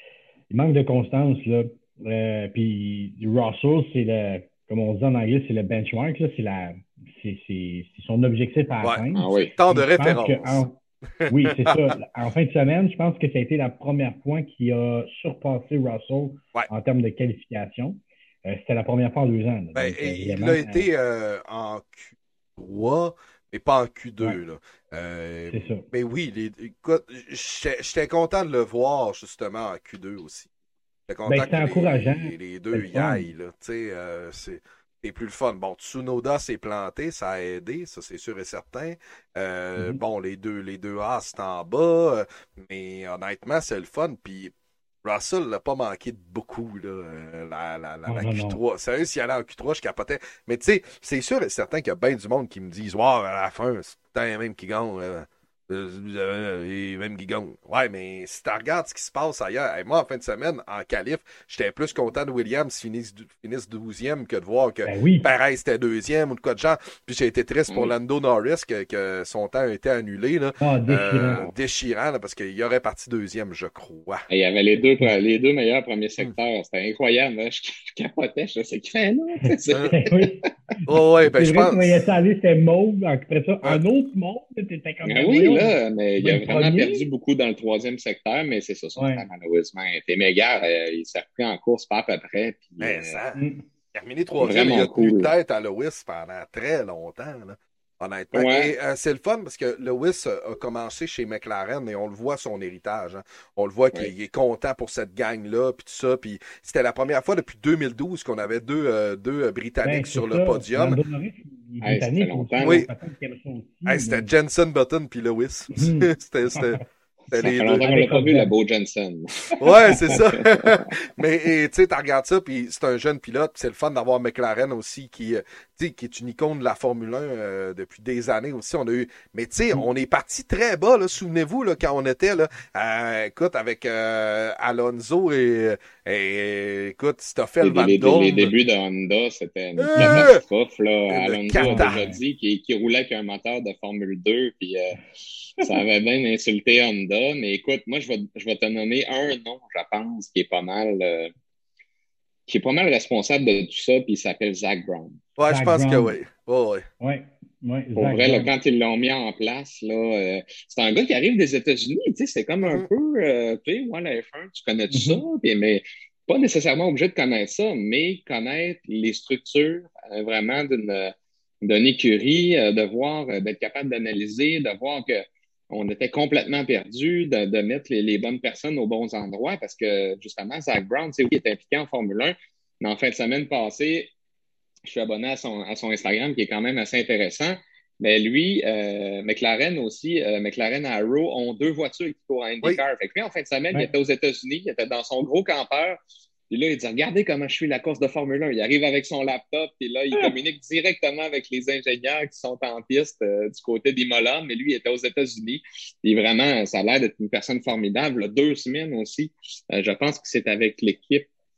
il manque de constance, là. Euh, puis Russell, c'est le, comme on dit en anglais, c'est le benchmark, là, c'est la, c'est, c'est, c'est son objectif à Ouais. atteindre. Ah C'est le oui. temps de Puis je pense que référence. en, oui, c'est ça. En fin de semaine, je pense que ça a été la première fois qu'il a surpassé Russell Ouais. en termes de qualification. Euh, c'était la première fois en deux ans, là. Ben, Donc et euh, il vraiment, a euh, été euh, en Q trois, mais pas en ouais, Q deux, là. Euh, c'est ça. mais oui, les, écoute, j'étais j'étais content de le voir justement en Q deux aussi. J'étais Ben, content c'est que encourageant, les, les c'est deux le y fun. aillent, là. Tu sais, euh, c'est c'est plus le fun. Bon, Tsunoda s'est planté, ça a aidé, ça c'est sûr et certain. Euh, Mhm. bon, les deux, les deux As, c'est en bas, euh, mais honnêtement, c'est le fun. Puis Russell n'a pas manqué de beaucoup, là, euh, la, la, la, Non, la non, non. Q trois. Sérieux, s'il allait en Q trois, je capotais. Mais tu sais, c'est sûr et certain qu'il y a bien du monde qui me disent, wow, à la fin, c'est tout le temps les mêmes qui gagnent. euh, euh, euh, les mêmes qui gagnent. Ouais, mais si tu regardes ce qui se passe ailleurs, hey, moi, en fin de semaine, en qualif, j'étais plus content de Williams finisse, finisse douzième que de voir que Ben oui. Perez était deuxième ou de quoi de genre. Puis j'ai été triste Ah pour oui. Lando Norris que, que son temps a été annulé, là. Ah, déchirant. Euh, déchirant, là, parce qu'il aurait parti deuxième, je crois. Et il y avait les deux, Hmm. les deux meilleurs premiers Hmm. secteurs. C'était incroyable, hein. Je, je capotais. Je sais qu'il fait un autre. Tu sais. Hein? Ben oui. Oh, ouais, ben C'est je vrai, tu voyais pense. ça aller, c'était mauve. Après ça, Ouais. un autre mauve, t'étais comme, Ah ben oui, voyons, là, mais il il va a être vraiment perdu premier. beaucoup dans le troisième secteur, mais c'est ça, son temps, Ouais. malheureusement, a été méga. Euh, il s'est repris en course pas à peu près, puis Mais euh, ça, Hmm. terminé troisième, il a vraiment tenu cool. tête à Lewis pendant très longtemps, là, honnêtement. Ouais, Et euh, c'est le fun parce que Lewis a, a commencé chez McLaren et on le voit son héritage. Hein. On le voit qu'il ouais. il est content pour cette gang-là, puis tout ça. Puis c'était la première fois depuis deux mille douze qu'on avait deux, euh, deux euh, Britanniques Ben, c'est sur le ça. podium. Lando Norris, il est Hey, ça fait britannique aussi. longtemps, Il y a là. Oui, peut-être qui aime ça aussi. hey, c'était Mais... Jenson Button puis Lewis. Mhm. c'était, c'était, c'était Ça les fait deux. longtemps qu'on l'a Avec pas vu, la Hosden. Beau Jensen. Ouais, c'est ça. Mais et, tu sais, tu regardes ça, puis c'est un jeune pilote, puis c'est le fun d'avoir McLaren aussi qui, euh, tu sais, qui est une icône de la Formule un euh, depuis des années aussi. On a eu, mais tu sais, on est parti très bas là. Souvenez-vous là quand on était là, euh, écoute avec euh, Alonso et, et écoute Les, Stoffel Van les, les Dorn. débuts de Honda, c'était une Euh, catastrophe, là. une Alonso a Ah, cata. déjà ouais. dit qu'il qu'il roulait avec un moteur de Formule deux, puis euh, ça avait bien insulté Honda. Mais écoute, moi, je vais, je vais te nommer un nom, je pense, qui est pas mal, euh, qui est pas mal responsable de tout ça, puis il s'appelle Zach Brown. Ouais, je Zach pense que Brown. oui. Oh, ouais. Ouais. Ouais, Pour Zach vrai, là, Brown. quand ils l'ont mis en place, là, euh, c'est un gars qui arrive des États-Unis, tu sais, c'est comme un Mhm. peu, euh, tu sais, moi, la F un, tu connais tout ça, Mhm. puis, mais pas nécessairement obligé de connaître ça, mais connaître les structures euh, vraiment d'une d'une écurie, euh, de voir, euh, d'être capable d'analyser, de voir que on était complètement perdu, de, de mettre les, les bonnes personnes aux bons endroits, parce que justement, Zach Brown, c'est oui, il est impliqué en Formule un, mais en fin de semaine passée, je suis abonné à son, à son Instagram qui est quand même assez intéressant. Mais lui, euh, McLaren aussi, euh, McLaren à Arrow ont deux voitures qui courent à Oui. IndyCar. Fait que lui, en fin de semaine, il Ouais. était aux États-Unis, il était dans son gros campeur. Puis là, il dit, regardez comment je suis la course de Formule un. Il arrive avec son laptop, puis là, il Ah! communique directement avec les ingénieurs qui sont en piste euh, du côté d'Imola, mais lui, il était aux États-Unis. Et vraiment, ça a l'air d'être une personne formidable. Là, deux semaines aussi, euh, je pense que c'est avec l'équipe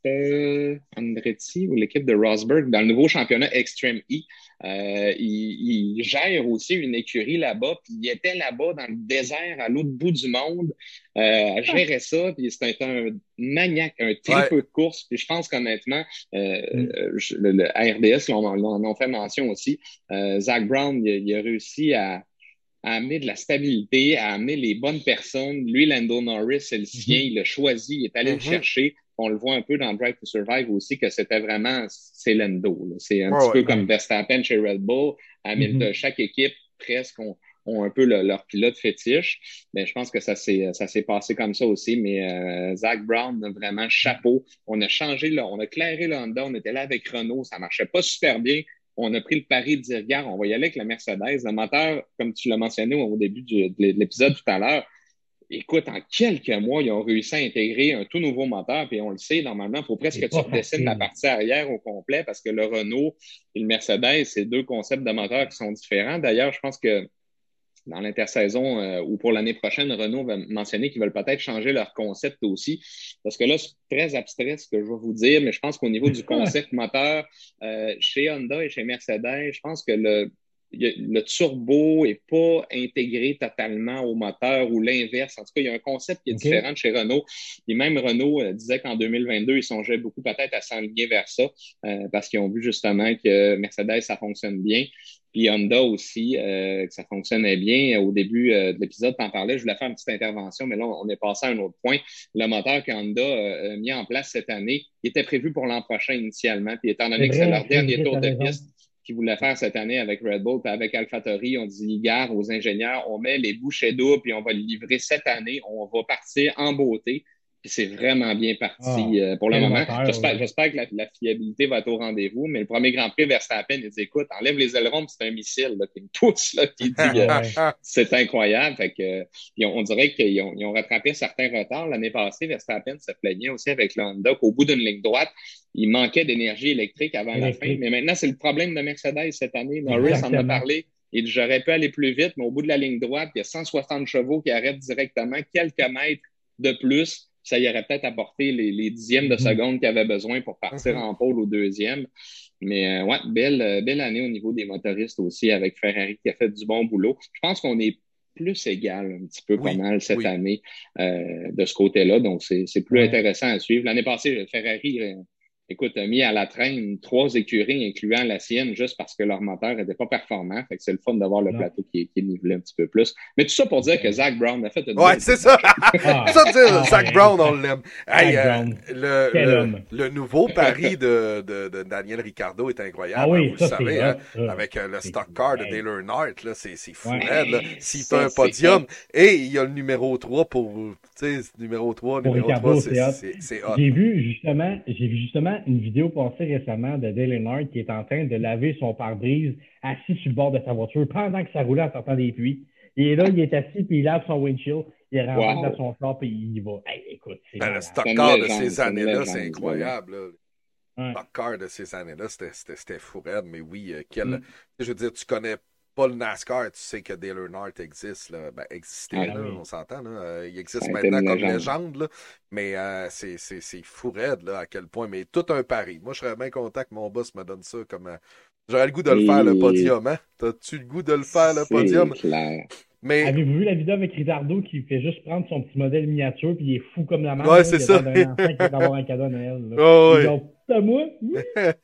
euh, Andretti ou l'équipe de Rosberg dans le nouveau championnat Extreme E. Euh, il, il gère aussi une écurie là-bas, puis il était là-bas dans le désert à l'autre bout du monde, euh, gérait ça, puis c'était un maniaque, un tripeux Ouais. de course, puis je pense qu'honnêtement, euh, Mm. je- le, le R D S l'on en ont fait mention aussi, euh, Zach Brown, il, il a réussi à à amener de la stabilité, à amener les bonnes personnes. Lui, Lando Norris, c'est le sien, Mhm. il l'a choisi, il est allé le Mhm. chercher. On le voit un peu dans Drive to Survive aussi, que c'était vraiment, c'est Lando. là. C'est un Ouais, petit ouais. peu comme Verstappen chez Red Bull. Hamilton, Mhm. chaque équipe, presque, ont, ont un peu le- leur pilote fétiche. Mais je pense que ça s'est, ça s'est passé comme ça aussi. Mais euh, Zach Brown, vraiment, chapeau. On a changé, là, on a clairé le Honda, on était là avec Renault, ça marchait pas super bien. On a pris le pari de dire, regarde, on va y aller avec la Mercedes. Le moteur, comme tu l'as mentionné au début du, de l'épisode tout à l'heure, écoute, en quelques mois, ils ont réussi à intégrer un tout nouveau moteur, puis on le sait, normalement, il faut presque C'est que tu pas redessines la facile. partie arrière au complet parce que le Renault et le Mercedes, c'est deux concepts de moteur qui sont différents. D'ailleurs, je pense que dans l'intersaison euh, ou pour l'année prochaine, Renault va mentionner qu'ils veulent peut-être changer leur concept aussi. Parce que là, c'est très abstrait ce que je vais vous dire, mais je pense qu'au niveau du concept moteur, euh, chez Honda et chez Mercedes, je pense que le, le turbo est pas intégré totalement au moteur ou l'inverse. En tout cas, il y a un concept qui est OK. différent de chez Renault. Et même Renault euh, disait qu'en deux mille vingt-deux, ils songeaient beaucoup peut-être à s'enligner vers ça euh, parce qu'ils ont vu justement que Mercedes, ça fonctionne bien. Puis Honda aussi, euh, que ça fonctionnait bien. Au début euh, de l'épisode, t'en parlais, je voulais faire une petite intervention, mais là, on est passé à un autre point. Le moteur que Honda euh, a mis en place cette année, il était prévu pour l'an prochain initialement. Puis étant C'est donné que c'est vrai, leur c'est dernier vrai, tour t'as de raison. piste qu'ils voulaient faire cette année avec Red Bull puis avec AlphaTauri, on dit, gare aux ingénieurs, on met les bouchées doubles puis on va le livrer cette année. On va partir en beauté. Puis c'est vraiment bien parti Ah, euh, pour le quel moment. moteur, J'espère, là. j'espère que la, la fiabilité va être au rendez-vous, mais le premier Grand Prix, Verstappen, il dit, écoute, enlève les ailerons, puis c'est un missile là, qui me pousse, là, qui dit, euh, Ah ouais. c'est incroyable. Fait que, puis on, on dirait qu'ils ont, ils ont rattrapé certains retards. L'année passée, Verstappen se plaignait aussi avec le Honda qu'au bout d'une ligne droite, il manquait d'énergie électrique avant la fin. Électrique. Mais maintenant, c'est le problème de Mercedes cette année. Norris en a Exactement. parlé. Il dit, j'aurais pu aller plus vite, mais au bout de la ligne droite, il y a cent soixante chevaux qui arrêtent directement quelques mètres de plus. Ça y aurait peut-être apporté les, les dixièmes de Mhm. seconde qu'il avait besoin pour partir Mhm. en pôle au deuxième. Mais euh, ouais, belle, euh, belle année au niveau des motoristes aussi avec Ferrari qui a fait du bon boulot. Je pense qu'on est plus égal un petit peu pas Oui, mal cette oui. année euh, de ce côté-là. Donc, c'est, c'est plus Ouais. intéressant à suivre. L'année passée, Ferrari, euh, écoute, a mis à la traîne trois écuries, incluant la sienne, juste parce que leur moteur n'était pas performant. Fait que c'est le fun d'avoir le Non. plateau qui est, qui est nivelé un petit peu plus. Mais tout ça pour dire que Zach Brown a fait une Ouais, belle c'est ça. Ah, ça dire, ah, Zach ouais. Brown, on l'aime. Hey, Zach euh, Brown. le, Quel le, homme. le nouveau pari de, de, de Daniel Ricciardo est incroyable. Ah oui, hein, vous ça, le savez, c'est hein, hot, ça. avec euh, le C'est- stock car de hey. Dale Earnhardt, là, c'est, c'est fou, Ouais. raide, là. S'il fait Ça, un c'est podium, hot. et il y a le numéro trois pour, tu sais, numéro trois, Pour numéro Ricardo, trois, c'est c'est, hot. c'est, c'est hot. J'ai vu justement, j'ai vu justement une vidéo passée récemment de Dale Earnhardt qui est en train de laver son pare-brise assis sur le bord de sa voiture pendant que ça roulait en sortant des pluies. Il est là, il est assis puis il lave son windshield, il rentre Wow. dans son corps puis il y va. Hey, écoute, c'est Ben, le malade. stock C'est une car de légende, ces c'est une années-là, légende, c'est ce gars-là. incroyable, là. Ouais. Stock car de ces années-là, c'était, c'était, c'était fou raide, mais oui, euh, quel, Mm. je veux dire, tu connais pas le NASCAR, tu sais que Dale Earnhardt existe, là. Ben, existait, Ah là, oui. on s'entend, là. Euh, il existe Ça a été maintenant une comme légende. légende, là. Mais euh, c'est, c'est, c'est fou raide, là, à quel point. Mais tout un pari. Moi, je serais bien content que mon boss me donne ça comme. euh, J'aurais le goût de le faire, le Et podium, hein? T'as-tu le goût de le faire, le c'est podium? clair. Mais, Avez-vous vu la vidéo avec Ricardo qui fait juste prendre son petit modèle miniature puis il est fou comme la merde? ouais, là? c'est Il a ça. l'air d'un enfant qui va avoir un cadeau à Noël. Là. Oh, Il ouais. dit, oh, c'est à moi? Oui.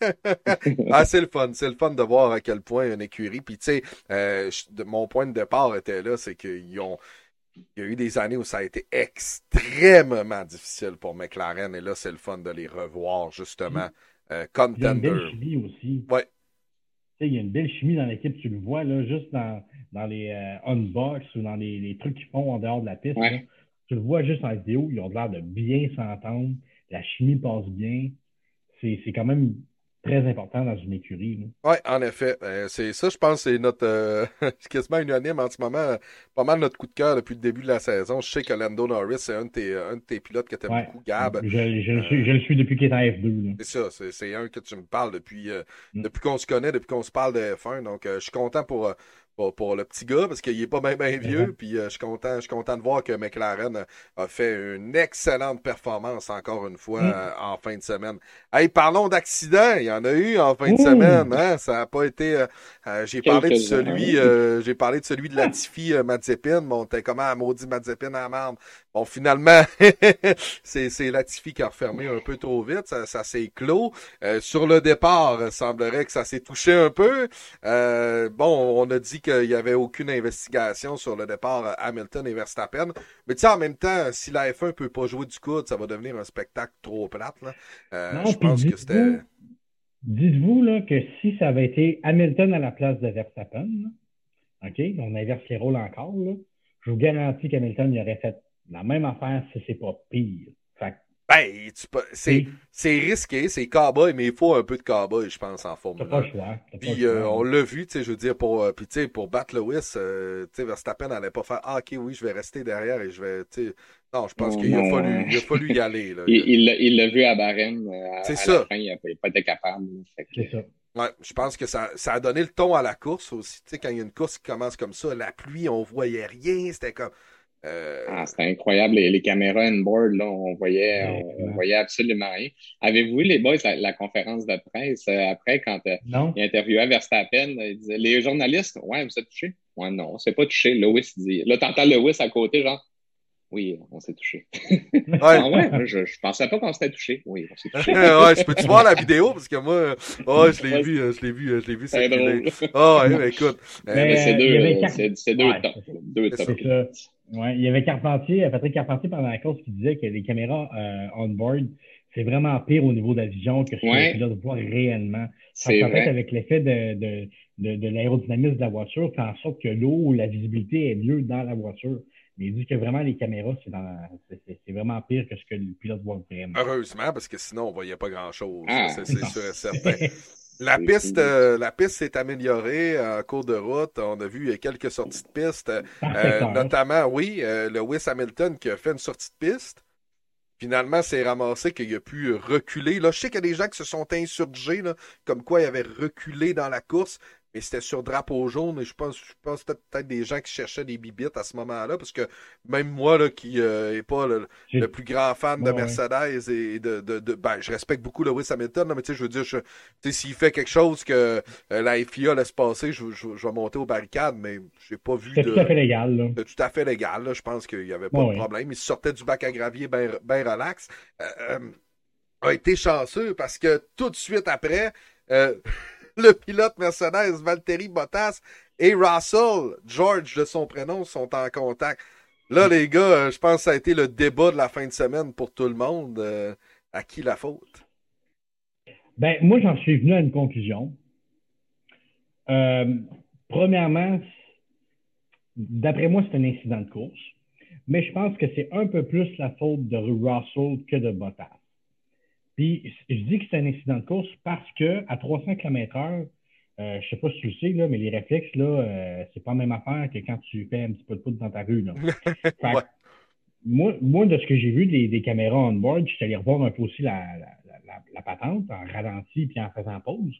ah, c'est le fun. C'est le fun de voir à quel point une écurie. Puis, tu sais, euh, je- de- mon point de départ était là, c'est qu'ils ont. Il y a eu des années où ça a été extrêmement difficile pour McLaren. Et là, c'est le fun de les revoir, justement. Euh, Il y a une belle contender. chimie aussi. Ouais. Tu sais, il y a une belle chimie dans l'équipe, tu le vois, là, juste dans, dans les euh, unbox ou dans les, les trucs qu'ils font en dehors de la piste. Là. Ouais. Tu le vois juste en vidéo, ils ont l'air de bien s'entendre, la chimie passe bien. C'est, c'est quand même très important dans une écurie. Là. Ouais, en effet. Euh, c'est ça, je pense, c'est notre euh, c'est quasiment unanime en ce moment. euh, Pas mal notre coup de cœur depuis le début de la saison. Je sais que Lando Norris, c'est un de tes, un de tes pilotes que t'aimes Ouais. beaucoup, Gab. Je, je, le suis, Euh, je le suis depuis qu'il est en F deux. Là. C'est ça, c'est, c'est un que tu me parles depuis, euh, Mm. depuis qu'on se connaît, depuis qu'on se parle de F un. Donc, euh, je suis content pour, euh, pour, pour le petit gars, parce qu'il est pas même bien vieux, puis euh, je suis content, je suis content de voir que McLaren a, a fait une excellente performance encore une fois Mm. euh, en fin de semaine. Hey, parlons d'accidents, il y en a eu en fin de Ouh. semaine, hein? Ça a pas été. euh, euh, j'ai parlé de Quelques-uns. celui, euh, j'ai parlé de celui de Latifi euh, Mazepin. Bon, t'es comment à maudit Mazepin à la merde. Bon, finalement, c'est c'est Latifi qui a refermé un peu trop vite, ça, ça s'est clos. Euh, sur le départ, il semblerait que ça s'est touché un peu. Euh, bon, on a dit qu'il n'y avait aucune investigation sur le départ euh, Hamilton et Verstappen. Mais tu sais, en même temps, si la F un peut pas jouer du coude, ça va devenir un spectacle trop plate, là. Euh, Non, je puis pense que c'était... dites-vous, dites-vous là, que si ça avait été Hamilton à la place de Verstappen, là, OK, on inverse les rôles encore, là, je vous garantis qu'Hamilton il aurait fait la même affaire si c'est pas pire. Fait que, Ben, tu peux- c'est tu sais, c'est risqué, c'est cowboy, mais il faut un peu de cowboy, je pense, en t'as Formule pas un. le choix. T'as pas le Puis euh, choix. on Là. l'a vu, tu sais, je veux dire, pour euh, puis tu sais, pour battre Lewis, euh, tu sais, Verstappen n'allait pas faire ah, ok, oui, je vais rester derrière et je vais, tu sais, non, je pense Oh, qu'il a non, fallu, euh, il a fallu y aller là. il, Il a- il, l'a il l'a vu à Bahreïn, euh, C'est à, à la ça. fin, il n'a pas été capable. Fait que, C'est ça. Ouais, je pense que ça, ça a donné le ton à la course aussi. Tu sais, quand il y a une course qui commence comme ça, la pluie, on voyait rien, c'était comme. Euh... ah, c'était incroyable, les, les caméras on-board, là, on voyait, on, on Vraiment. voyait absolument rien. Avez-vous vu, les boys, la, la conférence de presse, euh, après, quand euh, Non? il interviewait Verstappen, il disait, les journalistes, ouais, vous êtes touché? Ouais, non, c'est pas touché. Lewis dit, là, t'entends Lewis à côté, genre, oui, on s'est touché. Ouais. Ah ouais, je, je pensais pas qu'on s'était touché. Oui, on s'est touché. Ouais, je peux-tu voir la vidéo? Parce que moi, euh, ouais, je l'ai Ouais, vu, euh, je l'ai vu, euh, je l'ai vu c'est circuler. drôle. Ah, ouais, mais écoute. euh, Mais mais c'est Mais euh, deux, il y avait euh, Car... c'est, c'est deux Ouais, top, c'est ça. là. Deux c'est top ça. C'est ça. pilotes. Ouais, il y avait Carpentier, euh, Patrick Carpentier pendant la course qui disait que les caméras euh, on-board, c'est vraiment pire au niveau de la vision que ce que le Ouais, pilote voit réellement. Parce c'est qu'en fait, vrai. avec l'effet de, de, de, de l'aérodynamisme de la voiture, fait en sorte que l'eau, la visibilité est mieux dans la voiture. Mais il dit que vraiment les caméras, c'est, dans la- c'est, c'est, c'est vraiment pire que ce que le pilote voit vraiment. Heureusement, parce que sinon, on voyait pas grand-chose. Ça, Ah, c'est c'est Non. sûr et certain. La c'est piste, fou. euh, la piste s'est améliorée euh, en cours de route. On a vu euh, quelques sorties de piste, euh, Par euh, secteur. notamment, oui, euh, Lewis Hamilton qui a fait une sortie de piste. Finalement, c'est ramassé qu'il a pu reculer. Là, je sais qu'il y a des gens qui se sont insurgés, là, comme quoi il avait reculé dans la course, mais c'était sur drapeau jaune. Et je pense, je pense peut-être peut-être des gens qui cherchaient des bibittes à ce moment-là, parce que même moi, là, qui euh, est pas le, J'ai- le plus grand fan de Ouais, ouais. Mercedes et de, de, de- ben, je respecte beaucoup Lewis Hamilton, là, mais tu sais, je veux dire, je- tu sais, s'il fait quelque chose que euh, la F I A laisse passer, je, je, je vais monter aux barricades, mais j'ai pas vu C'était tout à de. fait légal, là. C'est tout à fait légal, là. Je pense qu'il n'y avait pas Ouais, de ouais. problème. Il sortait du bac à gravier bien ben relax. Euh, euh, a été chanceux parce que tout de suite après, euh, le pilote Mercedes, Valtteri Bottas et Russell, George de son prénom, sont en contact. Là, les gars, euh, je pense que ça a été le débat de la fin de semaine pour tout le monde. Euh, à qui la faute? Ben, moi, j'en suis venu à une conclusion. Euh, premièrement, d'après moi, c'est un incident de course. Mais je pense que c'est un peu plus la faute de Russell que de Bottas. Puis, je dis que c'est un incident de course parce que à trois cents kilomètres heure, euh, je sais pas si tu le sais, là, mais les réflexes, là, euh, c'est pas la même affaire que quand tu fais un petit peu de poudre dans ta rue, là. Fait que, Ouais. moi, moi, de ce que j'ai vu des, des caméras on-board, je suis allé revoir un peu aussi la, la, la, la patente en ralenti puis en faisant pause.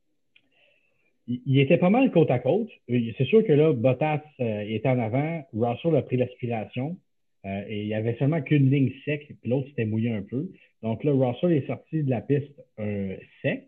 Il, il était pas mal côte à côte. C'est sûr que là, Bottas euh, était en avant, Russell a pris l'aspiration euh, et il y avait seulement qu'une ligne sec, puis l'autre s'était mouillé un peu. Donc là, Russell est sorti de la piste euh, sec.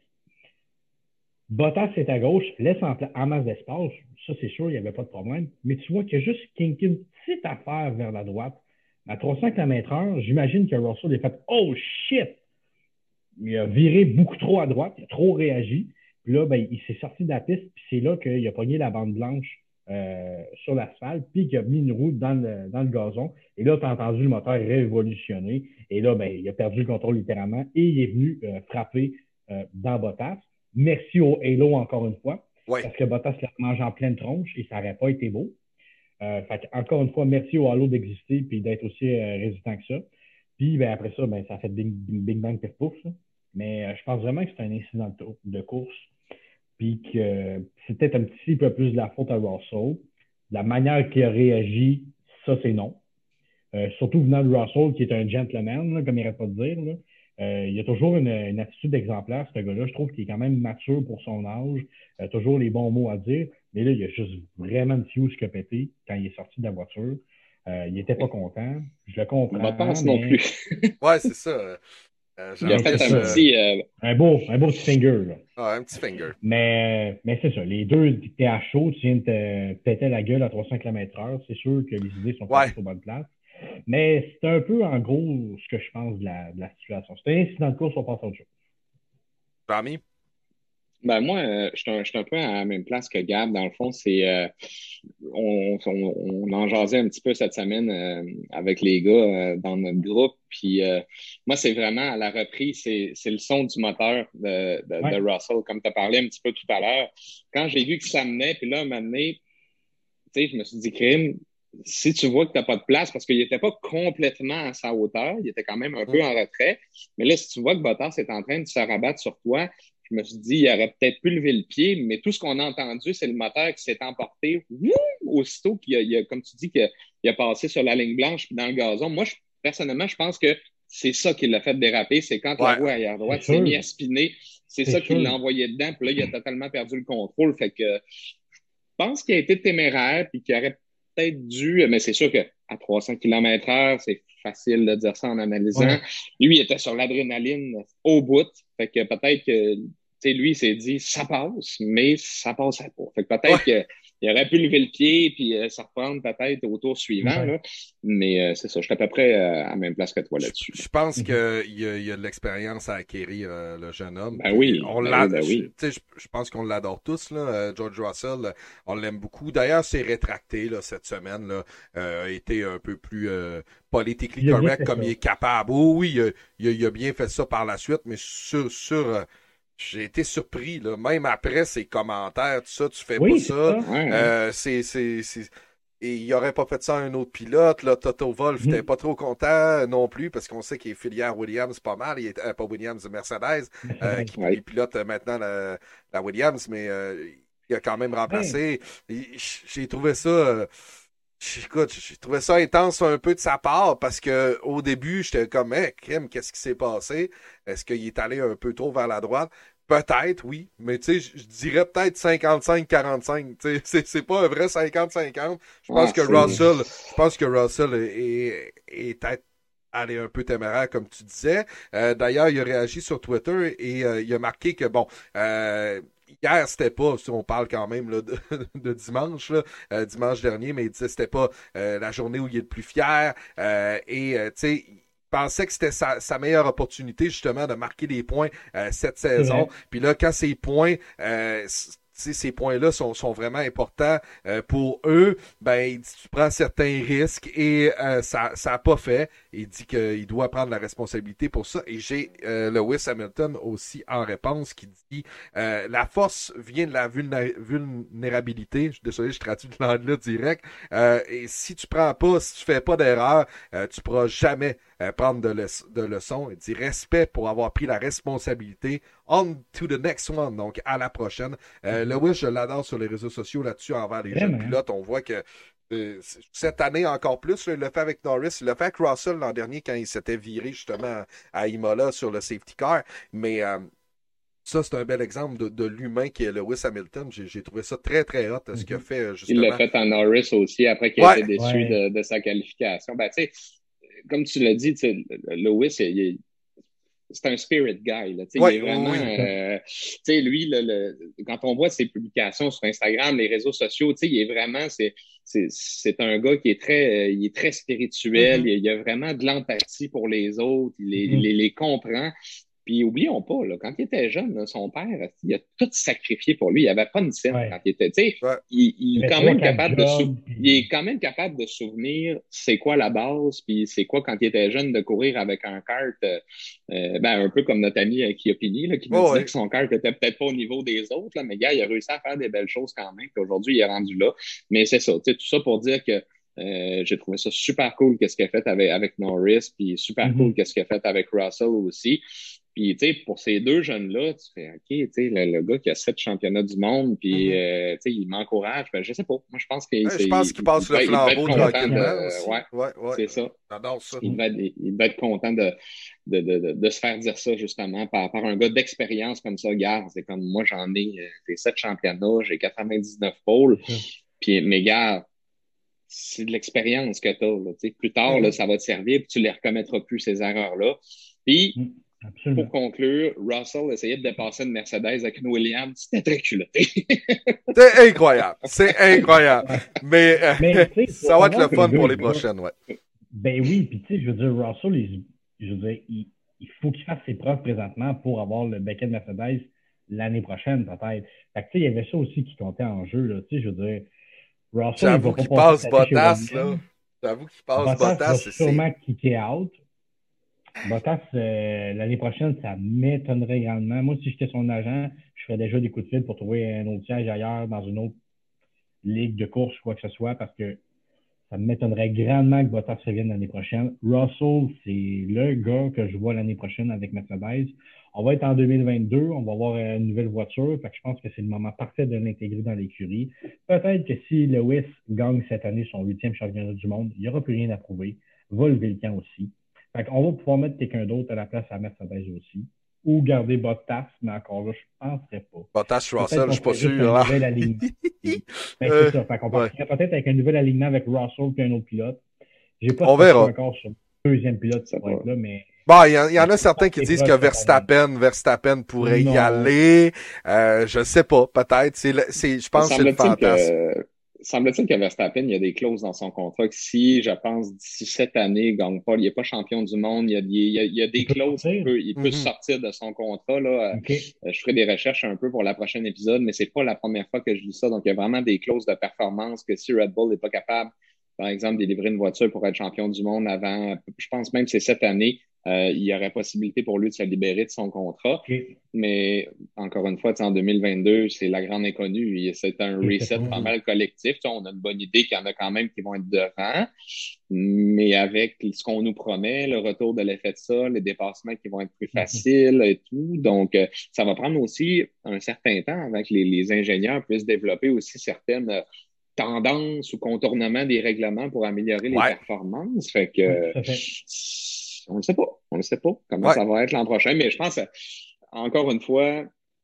Bottas est à gauche, laisse en, en masse d'espace. Ça, c'est sûr, il n'y avait pas de problème. Mais tu vois qu'il y a juste une petite affaire vers la droite. À trois cents kilomètres heure, j'imagine que Russell a fait « Oh shit! » Il a viré beaucoup trop à droite, il a trop réagi. Puis là, ben, il s'est sorti de la piste, puis c'est là qu'il a pogné la bande blanche euh, sur l'asphalte, puis qu'il a mis une roue dans le, dans le gazon. Et là, tu as entendu le moteur révolutionner. Et là, ben, il a perdu le contrôle littéralement et il est venu euh, frapper euh, dans Bottas. Merci au Halo encore une fois, Ouais. parce que Bottas l'a mangé en pleine tronche et ça n'aurait pas été beau. Euh, fait encore une fois, merci au Halo d'exister et d'être aussi euh, résistant que ça. Puis ben, après ça, ben, ça a fait Big, big Bang Pif Pouf. Ça. Mais euh, je pense vraiment que c'est un incident de, de course. Puis que euh, c'est peut-être un petit peu plus de la faute à Russell. La manière qu'il a réagi, ça, c'est non. Euh, surtout venant de Russell, qui est un gentleman, là, comme il n'arrête pas de dire. Là. Euh, il a toujours une, une attitude exemplaire, ce gars-là. Je trouve qu'il est quand même mature pour son âge. Euh, toujours les bons mots à dire. Mais là, il y a juste vraiment une fuse qui a pété quand il est sorti de la voiture. Euh, il était pas content. Je le comprends, Bottas mais... non plus. Ouais, c'est ça. Euh, Il a mais J'entends fait c'est un ça. ça. petit. euh, Un beau, un beau petit finger, là. Ah, un petit finger. Mais, mais c'est ça. Les deux, t'es à chaud, tu viens de te péter la gueule à trois cents kilomètres heure. C'est sûr que les idées sont pas Ouais. toutes aux bonnes places. Mais c'est un peu, en gros, ce que je pense de la, de la situation. C'est un incident de course, on passe à autre chose. Rami? Ben moi, euh, je suis un, je suis un peu à la même place que Gab. Dans le fond, c'est euh, on, on, on en jasait un petit peu cette semaine euh, avec les gars euh, dans notre groupe. Puis euh, moi, c'est vraiment à la reprise, c'est, c'est le son du moteur de, de, Ouais. de Russell, comme tu as parlé un petit peu tout à l'heure. Quand j'ai vu que ça menait, puis là, un moment donné, tu sais, je me suis dit, crime, si tu vois que tu n'as pas de place, parce qu'il n'était pas complètement à sa hauteur, il était quand même un peu Hum. en retrait, mais là, si tu vois que Bottas est en train de se rabattre sur toi, je me suis dit, il aurait peut-être pu lever le pied, mais tout ce qu'on a entendu, c'est le moteur qui s'est emporté wouh, aussitôt qu'il a, il a, comme tu dis, qu'il a, il a passé sur la ligne blanche puis dans le gazon. Moi, je, personnellement, je pense que c'est ça qui l'a fait déraper, c'est quand la Ouais. roue arrière droite C'est s'est sûr. mise à spinner, c'est C'est ça qui sûr. l'a envoyé dedans, puis là, il a totalement perdu le contrôle. Fait que je pense qu'il a été téméraire, puis qu'il aurait peut-être dû, mais c'est sûr qu'à trois cents kilomètres heure, c'est facile de dire ça en analysant. Ouais. Lui, il était sur l'adrénaline au bout. Fait que peut-être que, tu sais, lui, il s'est dit, ça passe, mais ça passait pas. Fait que peut-être Ouais. qu'il aurait pu lever le pied puis euh, se reprendre peut-être au tour suivant, Ouais. là. Mais euh, c'est ça, je suis à peu près euh, à la même place que toi Je, là-dessus. je pense Mhm. qu'il y a, il y a de l'expérience à acquérir, euh, le jeune homme. Ben Puis oui, on ben l'a, oui, ben je, oui. tu sais, je, je pense qu'on l'adore tous, là. Euh, George Russell, euh, on l'aime beaucoup. D'ailleurs, c'est rétracté là, cette semaine, là, euh, a été un peu plus euh, politically Il a bien correct fait comme ça. il est capable. Oh, oui, il a, il a- il a bien fait ça par la suite, mais sur, sur euh, j'ai été surpris, là. Même après ses commentaires, tout ça, tu fais pas Oui, c'est ça. ça. Ouais, hein. Euh, c'est, c'est, c'est, et il aurait pas fait ça à un autre pilote. Là, Toto Wolff n'était Mhm. pas trop content non plus parce qu'on sait qu'il est filière Williams pas mal. Il est, euh, pas Williams, Mercedes, euh, qui Ouais. il pilote euh, maintenant la, la Williams, mais euh, il a quand même Ben, remplacé. Et J'ai trouvé ça. euh, Écoute, j'ai trouvé ça intense un peu de sa part parce que au début, j'étais comme, hey, crème, qu'est-ce qui s'est passé? Est-ce qu'il est allé un peu trop vers la droite? Peut-être, oui, mais tu sais, je je dirais peut-être cinquante-cinq quarante-cinq. Tu sais, c'est c'est pas un vrai cinquante cinquante. Je pense Ah, que c'est. Russell, je pense que Russell est, est peut-être allé un peu téméraire, comme tu disais. Euh, D'ailleurs, il a réagi sur Twitter et euh, il a marqué que, bon, euh, hier, c'était pas, si on parle quand même là, de, de dimanche, là, euh, dimanche dernier, mais il disait que c'était pas euh, la journée où il est le plus fier. Euh, et, euh, tu sais, il pensait que c'était sa, sa meilleure opportunité, justement, de marquer des points euh, cette c'est saison. vrai. Puis là, quand ces points... Euh, tu sais, ces points-là sont, sont vraiment importants euh, pour eux, ben, il dit, tu prends certains risques et euh, ça ça a pas fait. Il dit qu'il doit prendre la responsabilité pour ça. Et j'ai euh, Lewis Hamilton aussi en réponse qui dit euh, la force vient de la vulné- vulnérabilité. Je suis désolé, je traduis de l'anglais direct. Euh, et si tu prends pas, si tu fais pas d'erreur, euh, tu pourras jamais euh, prendre de, le- de leçons. Il dit respect pour avoir pris la responsabilité. On to the next one, donc à la prochaine. Euh, Lewis, je l'adore sur les réseaux sociaux là-dessus envers les jeunes Vraiment. pilotes. On voit que euh, cette année encore plus, là, il l'a fait avec Norris, il l'a fait avec Russell l'an dernier quand il s'était viré justement à Imola sur le safety car. Mais euh, ça, c'est un bel exemple de, de l'humain qui est Lewis Hamilton. J'ai j'ai trouvé ça très, très hot, ce qu'il a Mhm. fait euh, Il l'a justement. fait en Norris aussi après qu'il a Ouais, été déçu Ouais. de, de sa qualification. Ben, tu sais, comme tu l'as dit, tu sais, Lewis, il, il- c'est un spirit guy. Là, tu sais, il ouais, est oui, vraiment. oui. Euh, tu sais, lui, le, le- quand on voit ses publications sur Instagram, les réseaux sociaux, tu sais, il est vraiment. C'est, c'est, c'est un gars qui est très, euh, il est très spirituel. Mhm. Il, il a vraiment de l'empathie pour les autres. Il les, il Mhm. les, les comprend. Puis oublions pas, là, quand il était jeune, là, son père, il a tout sacrifié pour lui. Il avait pas une scène Ouais. quand il était. Tu sais, Ouais. il, Il il est avait quand trois, même quatre capable de sou- jobs. il est Puis... quand même capable de souvenir c'est quoi la base, puis c'est quoi quand il était jeune de courir avec un kart, euh, euh, ben, un peu comme notre ami euh, Chiopini, là, qui nous Oh, disait ouais. que son kart était peut-être pas au niveau des autres, là, mais gars, il a réussi à faire des belles choses quand même, puis aujourd'hui, il est rendu là. Mais c'est ça, tu sais, tout ça pour dire que euh, j'ai trouvé ça super cool qu'est-ce qu'il a fait avec, avec Norris, puis super cool Mhm. qu'est-ce qu'il a fait avec Russell aussi. Puis, tu sais, pour ces deux jeunes-là, tu fais, OK, tu sais, le, le gars qui a sept championnats du monde, puis, mm-hmm. euh, tu sais, il m'encourage. Ben, je sais pas. Moi, je pense qu'il ouais, je pense qu'il passe il, le il flambeau tranquillement de, aussi. Ouais, ouais, ouais. C'est ça. J'adore ça. Il devait, être, il devait être content de, de, de, de, de se faire dire ça, justement, par, par un gars d'expérience comme ça. Regarde, c'est comme moi, j'en ai, j'ai sept championnats, j'ai quatre-vingt-dix-neuf pôles. Mm-hmm. Puis, mais gars, c'est de l'expérience que tu as. Plus tard, mm-hmm. là, ça va te servir, puis tu ne les recommettras plus, ces erreurs-là. Puis, mm-hmm. Absolument. Pour conclure, Russell essayait de dépasser une Mercedes avec une Williams. C'était très culotté. C'est incroyable. C'est incroyable. Mais, euh, Mais ça va être le fun pour les prochaines, ouais. Ben oui, puis tu sais, je veux dire, Russell, il, je veux dire, il, il faut qu'il fasse ses preuves présentement pour avoir le becquet de Mercedes l'année prochaine, peut-être. Fait que tu sais, il y avait ça aussi qui comptait en jeu, là. Tu sais, je veux dire, Russell. J'avoue qu'il passe Bottas, là. J'avoue qu'il passe Bottas. Bottas, c'est sûrement kické out. Bottas, euh, l'année prochaine, ça m'étonnerait grandement. Moi, si j'étais son agent, je ferais déjà des coups de fil pour trouver un autre siège ailleurs dans une autre ligue de course, quoi que ce soit, parce que ça m'étonnerait grandement que Bottas revienne l'année prochaine. Russell, c'est le gars que je vois l'année prochaine avec Mercedes. On va être en deux mille vingt-deux, on va avoir une nouvelle voiture, fait que je pense que c'est le moment parfait de l'intégrer dans l'écurie. Peut-être que si Lewis gagne cette année son huitième championnat du monde, il n'y aura plus rien à prouver. Va lever le camp aussi. Fait qu'on va pouvoir mettre quelqu'un d'autre à la place à Mercedes aussi. Ou garder Bottas, mais encore là, je ne penserais pas. Bottas, Russell, je ne suis pas sûr. Un nouvel alignement. ben, euh, c'est ça. Fait qu'on partirait ouais. peut-être avec un nouvel alignement avec Russell et un autre pilote. J'ai pas On verra. encore sur le deuxième pilote qui va être là, mais. Bon, il y, y en a certains qui disent que Verstappen, Verstappen pourrait non. y aller. Euh, je sais pas, peut-être. C'est, le, c'est, je pense que c'est le fantasme. Que... Semble-t-il que Verstappen, il y a des clauses dans son contrat que si, je pense, d'ici cette année, il gagne pas, il n'est pas champion du monde, il y a, il y a, il y a des clauses qu'il peut, il peut mm-hmm. sortir de son contrat. Là. Okay. Je ferai des recherches un peu pour la prochaine épisode, mais c'est pas la première fois que je lis ça. Donc, il y a vraiment des clauses de performance que si Red Bull n'est pas capable, par exemple, de délivrer une voiture pour être champion du monde avant, je pense même que c'est cette année, euh, il y aurait possibilité pour lui de se libérer de son contrat. Okay. Mais encore une fois, en deux mille vingt-deux, c'est la grande inconnue. C'est un reset pas mal collectif. T'sais, on a une bonne idée qu'il y en a quand même qui vont être devant. Mais avec ce qu'on nous promet, le retour de l'effet de ça, les dépassements qui vont être plus faciles et tout. Donc, euh, ça va prendre aussi un certain temps avant que les, les ingénieurs puissent développer aussi certaines euh, tendances ou contournements des règlements pour améliorer les ouais. performances. Fait que... On ne sait pas. On ne sait pas comment ouais. ça va être l'an prochain. Mais je pense, encore une fois,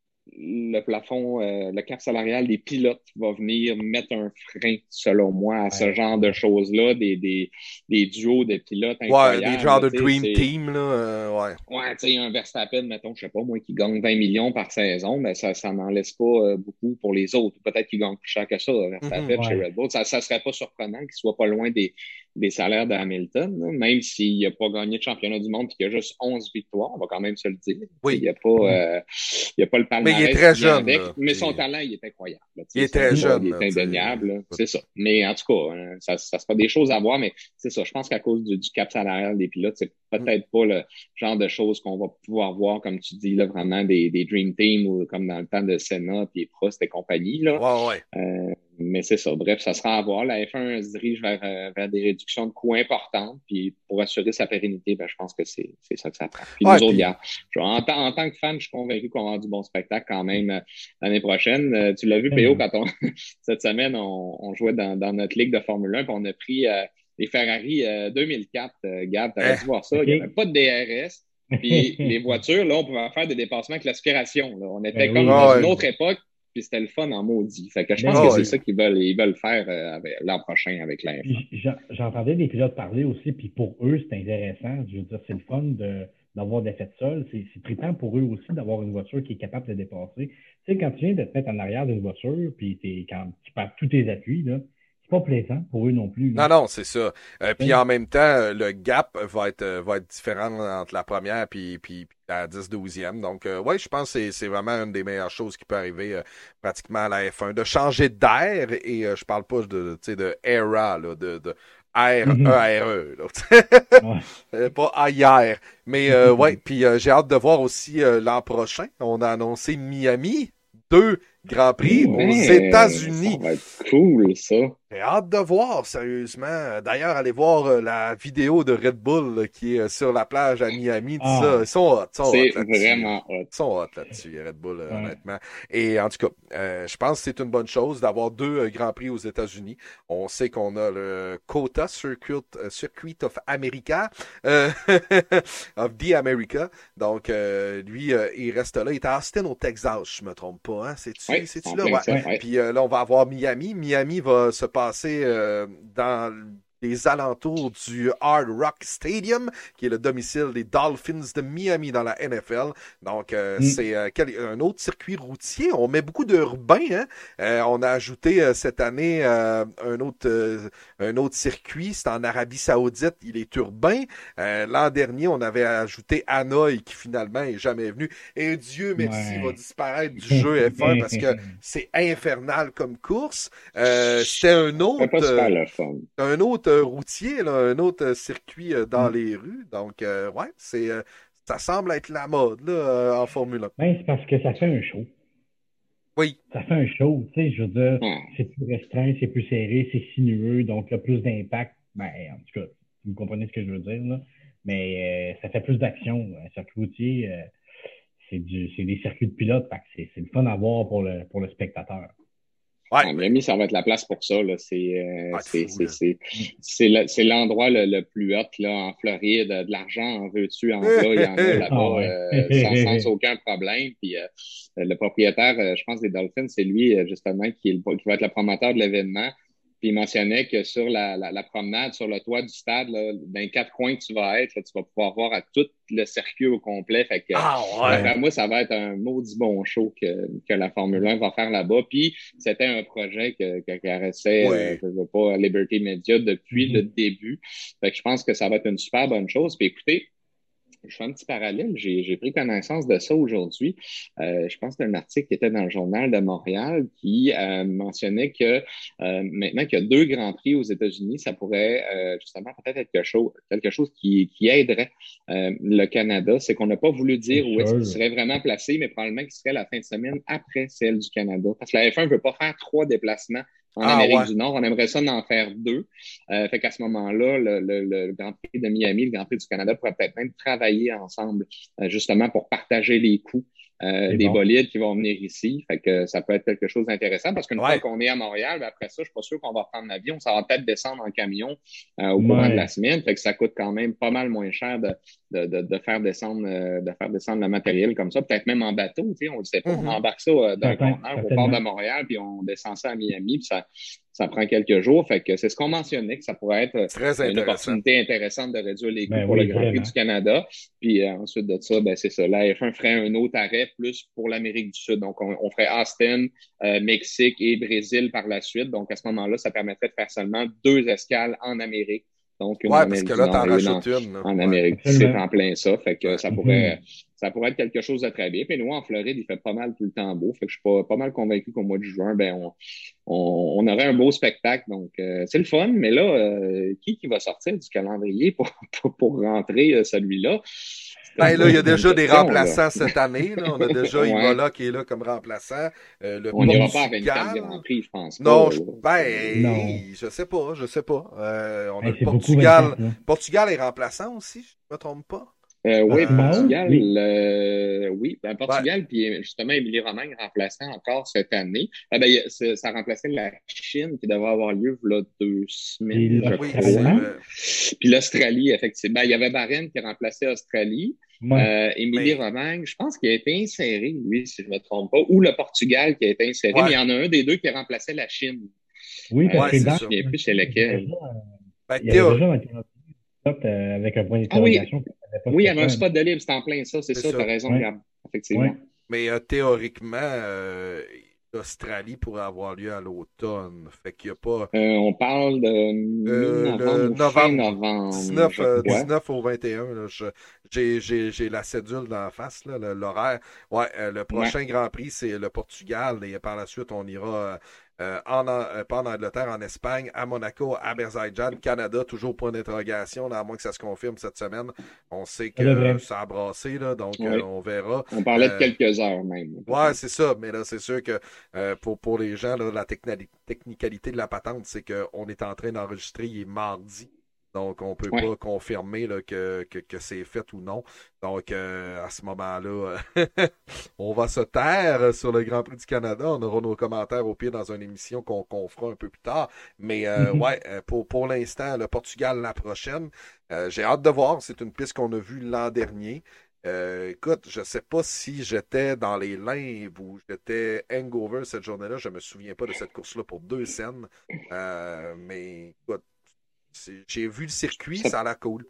le plafond, euh, le cap salarial des pilotes va venir mettre un frein, selon moi, à ouais. ce genre de choses-là, des, des, des duos de pilotes incroyables. Ouais, des genres de Dream Team, là, euh, ouais. Ouais, tu sais, un Verstappen, mettons, je sais pas, moi, qui gagne vingt millions par saison, mais ça, ça n'en laisse pas euh, beaucoup pour les autres. Peut-être qu'il gagne plus cher que ça, Verstappen, mm-hmm, ouais. chez Red Bull. Ça, ça serait pas surprenant qu'il soit pas loin des, des salaires de Hamilton, là, même s'il n'a pas gagné de championnat du monde et qu'il y a juste onze victoires, on va quand même se le dire. Oui. Il n'y a pas, euh, il y a pas le palmarès. Mais il est très jeune. Avec, mais son talent, il est incroyable. Là, il est très jeune. Il est indéniable. Là, c'est ça. Mais en tout cas, hein, ça, ça sera des choses à voir, mais c'est ça. Je pense qu'à cause du, du cap salarial des pilotes, c'est peut-être pas le genre de choses qu'on va pouvoir voir, comme tu dis, là, vraiment des, des Dream Team ou comme dans le temps de Senna, puis Prost et compagnie. Là. Ouais, ouais. Euh, mais c'est ça. Bref, ça sera à voir. La F un se dirige vers, vers des réductions de coûts importantes. Puis pour assurer sa pérennité, ben, je pense que c'est, c'est ça que ça prend. Puis ouais, nous puis... autres, je, en, en tant que fan, je suis convaincu qu'on va avoir du bon spectacle quand même euh, l'année prochaine. Euh, tu l'as vu, P O, quand on cette semaine, on, on jouait dans, dans notre ligue de Formule un, puis on a pris euh, les Ferrari euh, deux mille quatre. Euh, Gab, t'aurais euh, dû voir ça. Okay. Il n'y avait pas de D R S. Puis les voitures, là, on pouvait faire des dépassements avec l'aspiration. Là. On était ben comme oui, dans ouais. une autre époque. Puis c'était le fun en maudit. Fait que je pense oh, que c'est oui. ça qu'ils veulent, ils veulent faire euh, avec, l'an prochain avec la F un. J'entendais des pilotes parler aussi, puis pour eux, c'est intéressant. Je veux dire, c'est le fun de, d'avoir des effets de sol. C'est, c'est trippant pour eux aussi d'avoir une voiture qui est capable de dépasser. Tu sais, quand tu viens de te mettre en arrière d'une voiture, puis t'es, quand tu perds tous tes appuis, là, c'est pas plaisant pour eux non plus. Là. Non, non, c'est ça. Euh, puis en même temps, le gap va être va être différent entre la première puis puis, puis la dix douzième. Donc, euh, ouais, je pense que c'est, c'est vraiment une des meilleures choses qui peut arriver euh, pratiquement à la F un. De changer d'air, et euh, je parle pas de, tu sais, de era, là, de, de R E R E, là. Ouais. Pas ailleurs. Mais euh, ouais, puis euh, j'ai hâte de voir aussi euh, l'an prochain. On a annoncé Miami, deux Grands Prix ouais, aux États-Unis. Ça va être cool, ça. J'ai hâte de voir, sérieusement. D'ailleurs, allez voir euh, la vidéo de Red Bull là, qui est euh, sur la plage à Miami, tout ça. Ah, Ils sont hot, ils sont hot C'est là-dessus. vraiment hot. Ils sont hot là-dessus, Red Bull, euh, ouais. honnêtement. Et en tout cas, euh, je pense que c'est une bonne chose d'avoir deux euh, Grands Prix aux États-Unis. On sait qu'on a le COTA, Circuit, euh, Circuit of America, euh, of the America. Donc, euh, lui, euh, il reste là. Il est à Austin, au Texas, je me trompe pas. Hein? Oui, C'est-tu, c'est c'est-tu en là? plein Ouais. ça. Ouais. Ouais. Puis euh, là, on va avoir Miami. Miami va se passer euh, dans les alentours du Hard Rock Stadium, qui est le domicile des Dolphins de Miami dans la N F L. Donc, euh, Mm. c'est euh, quel- un autre circuit routier. On met beaucoup d'urbains. Hein? Euh, on a ajouté euh, cette année euh, un autre euh, un autre circuit. C'est en Arabie Saoudite. Il est urbain. Euh, l'an dernier, on avait ajouté Hanoï, qui finalement est jamais venu. Et Dieu merci, va Ouais. disparaître du jeu F un parce que c'est infernal comme course. Euh, c'était un C'est pas autre, super euh, le fun. un autre euh, routier, là, un autre euh, circuit euh, dans Mm. les rues. Donc, euh, ouais, c'est, euh, ça semble être la mode là, euh, en Formule un. Ben, c'est parce que ça fait un show. Oui, Ça fait un show, tu sais, je veux dire, Ah, c'est plus restreint, c'est plus serré, c'est sinueux, donc il y a plus d'impact. Ben, en tout cas, vous comprenez ce que je veux dire, là. Mais euh, ça fait plus d'action. Un circuit routier, euh, c'est du, c'est des circuits de pilote, fait que c'est, c'est le fun à voir pour le, pour le spectateur. ouais, à ben, Miami, ça va être la place pour ça. Là. C'est, euh, ah, c'est, fou, c'est, là. c'est, Mm. c'est, le- c'est l'endroit le, le plus hot là, en Floride. De l'argent en veux-tu, en voilà, il y en a Ah là-bas ouais. euh, sans, sans aucun problème. Puis euh, le propriétaire, euh, je pense, des Dolphins, c'est lui, euh, justement, qui, est le- qui va être le promoteur de l'événement. Puis il mentionnait que sur la, la, la promenade, sur le toit du stade, là, dans les quatre coins que tu vas être, là, tu vas pouvoir voir à tout le circuit au complet. Fait que, Ah ouais. d'après moi, ça va être un maudit bon show que, que la Formule un va faire là-bas. Puis c'était un projet que, que caressait, euh, Oui. je veux pas, Liberty Media depuis le Mhm. début. Fait que je pense que ça va être une super bonne chose. Puis écoutez, je fais un petit parallèle. J'ai, j'ai pris connaissance de ça aujourd'hui. Euh, je pense d'un article qui était dans le Journal de Montréal qui euh, mentionnait que euh, maintenant qu'il y a deux grands prix aux États-Unis, ça pourrait euh, justement peut-être être quelque chose, quelque chose qui, qui aiderait euh, le Canada. C'est qu'on n'a pas voulu C'est dire où est-ce qu'il sûr. serait vraiment placé, mais probablement qu'il serait la fin de semaine après celle du Canada. Parce que la F un ne veut pas faire trois déplacements en Ah Amérique ouais. du Nord. On aimerait ça d'en faire deux. Euh, fait qu'à ce moment-là, le, le, le Grand Prix de Miami, le Grand Prix du Canada pourraient peut-être même travailler ensemble, euh, justement pour partager les coûts euh, C'est des bon. bolides qui vont venir ici. Fait que ça peut être quelque chose d'intéressant parce qu'une fois Ouais. qu'on est à Montréal, ben après ça, je suis pas sûr qu'on va prendre l'avion. Ça va peut-être descendre en camion euh, au courant de la Ouais. semaine. Fait que ça coûte quand même pas mal moins cher de, de, de, de faire descendre euh, de faire descendre le matériel comme ça. Peut-être même en bateau, tu sais, on le sait pas. On Mhm. embarque ça euh, d'un Certain, conteneur au port de certainement. Montréal, puis on descend ça à Miami, puis ça, ça prend quelques jours. Fait que c'est ce qu'on mentionnait, que ça pourrait être Très une intéressant. opportunité intéressante de réduire les coûts Ben pour le oui, Grand Prix vraiment. du Canada. Puis euh, ensuite de ça, ben, c'est ça. La F un ferait un autre arrêt plus pour l'Amérique du Sud. Donc, on, on ferait Austin, euh, Mexique et Brésil par la suite. Donc, à ce moment-là, ça permettrait de faire seulement deux escales en Amérique. Donc, une en Ouais, parce Amérique que du là, Nord t'en et une en, rajoutes une. Là. en Ouais. Amérique. C'est Absolument. en plein ça. Fait que Ouais. ça pourrait, Mhm. ça pourrait être quelque chose de très bien. Puis nous, en Floride, il fait pas mal tout le temps beau. Fait que je suis pas, pas mal convaincu qu'au mois de juin, ben, on, on, on aurait un beau spectacle. Donc, euh, c'est le fun. Mais là, euh, qui, qui va sortir du calendrier pour, pour, pour rentrer euh, celui-là? C'est Ben une, là, il y a c'est une déjà des question, là. remplaçants cette année. Là. On a déjà Ouais. Imola qui est là comme remplaçant. Euh, le On n'ira pas à vingt-quatre Portugal. Grands Prix, je pense pas. Non, je, Là. ben, Non. je sais pas, je sais pas. Euh, on a Hey, le c'est beaucoup Portugal. vingt-quatre, là. Portugal est remplaçant aussi, je me trompe pas. Euh, oui, Euh, Portimao? Portugal, Oui. euh, oui, ben, ouais. Portugal, puis justement, Émilie-Romagne remplaçant encore cette année. Ah, ben, il y a- ça, ça remplaçait la Chine qui devait avoir lieu là deux Et semaines, je Oui, c'est crois. l'Australie? vrai. Puis l'Australie, effectivement. Ben, il y avait Bahreïn qui remplaçait Australie. Ouais. Euh, Mais, Émilie-Romagne, je pense qu'il a été inséré, lui, si je ne me trompe pas, ou le Portugal qui a été inséré, mais il ouais, y en a un des deux qui remplaçait la Chine. Oui, parce Euh, ouais, que je me c'est dans ça. souviens plus c'est il y avait lequel. déjà, euh, Ben, il y avait théor- déjà un pilote euh, avec un point Ah oui, d'interrogation. Je ne savais pas oui, il y c'était avait un quoi. spot de libre, c'était en plein ça, c'est c'est ça, t'as ça. raison, Ouais. Gab, Ouais. effectivement. Mais euh, théoriquement, euh, l'Australie pourrait avoir lieu à l'automne. Fait qu'il n'y a pas. Euh, on parle de Euh, mi-novembre le ou fin novembre, novembre, dix-neuf, je euh, crois. dix-neuf au vingt et un, là, je- j'ai, j'ai, j'ai la cédule d'en face, là, le- l'horaire. Ouais, euh, le Ouais. prochain Grand Prix, c'est le Portugal, et par la suite, on ira euh, en, euh, pas en Angleterre, en Espagne, à Monaco, à Azerbaïdjan, Canada, toujours point d'interrogation, là, à moins que ça se confirme cette semaine. On sait que euh, ça a brassé, là, donc oui. euh, on verra. On parlait euh, de quelques heures même. Ouais, c'est ça, mais là, c'est sûr que euh, pour, pour les gens, là, la techni- technicalité de la patente, c'est qu'on est en train d'enregistrer, il est mardi. Donc, on ne peut ouais. pas confirmer là, que, que, que c'est fait ou non. Donc, euh, à ce moment-là, on va se taire sur le Grand Prix du Canada. On aura nos commentaires au pire dans une émission qu'on qu'on fera un peu plus tard. Mais euh, mm-hmm. ouais, pour, pour l'instant, le Portugal la prochaine, euh, j'ai hâte de voir. C'est une piste qu'on a vue l'an dernier. Euh, écoute, je sais pas si j'étais dans les limbes ou j'étais hangover cette journée-là. Je me souviens pas de cette course-là pour deux scènes. Euh, mais écoute, j'ai vu le circuit, ça, ça a l'air cool.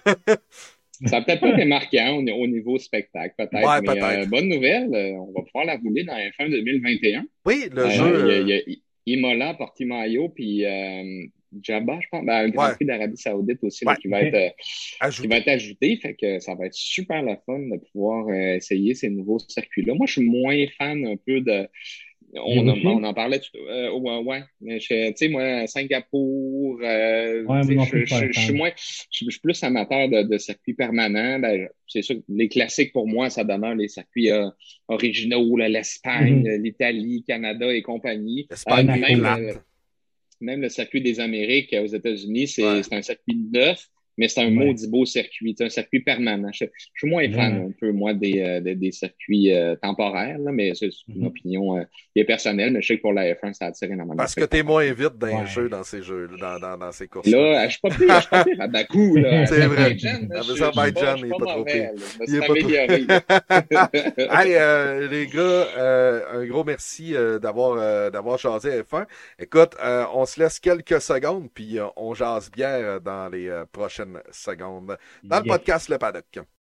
Ça a peut-être pas été marquant au, au niveau spectacle, peut-être. Ouais, mais peut-être. Euh, bonne nouvelle, euh, on va pouvoir la rouler dans la fin deux mille vingt et un. Oui, le euh, jeu. Il y a, y a Imola, Portimao, puis euh, Djabba, je pense. Ben, le Grand ouais. Prix d'Arabie Saoudite aussi, ouais. là, qui, va être, euh, qui va être ajouté. Fait que ça va être super le fun de pouvoir euh, essayer ces nouveaux circuits-là. Moi, je suis moins fan un peu de. On, en, on en parlait tout euh, ouais, ouais. Tu sais, moi, Singapour, euh, ouais, je, je, je suis moins, je, je suis plus amateur de, de circuits permanents. Ben, c'est sûr que les classiques pour moi, ça demeure les circuits euh, originaux, l'Espagne, mm-hmm. l'Italie, Canada et compagnie. L'Espagne, euh, même, le, même le circuit des Amériques aux États-Unis, c'est ouais. un circuit neuf. Mais c'est un ouais. maudit beau circuit, c'est un circuit permanent. Je, je suis moins fan ouais. un peu, moi, des, euh, des, des circuits euh, temporaires, là, mais c'est une mm-hmm. opinion euh, qui est personnelle, mais je sais que pour la F un, ça attire énormément. Parce que t'es moins vite dans ouais. les jeux, dans ces jeux, dans, dans, dans ces courses. Là, je suis pas pire, je suis pas pire à Bakou, là. C'est vrai. Azerbaïdjan, il est pas trop pire. Il est pas trop Hey, euh, les gars, euh, un gros merci euh, d'avoir euh, d'avoir jasé F un. Écoute, euh, on se laisse quelques secondes, puis euh, on jase bière dans les euh, prochaines secondes dans le yes. podcast Le Paddock.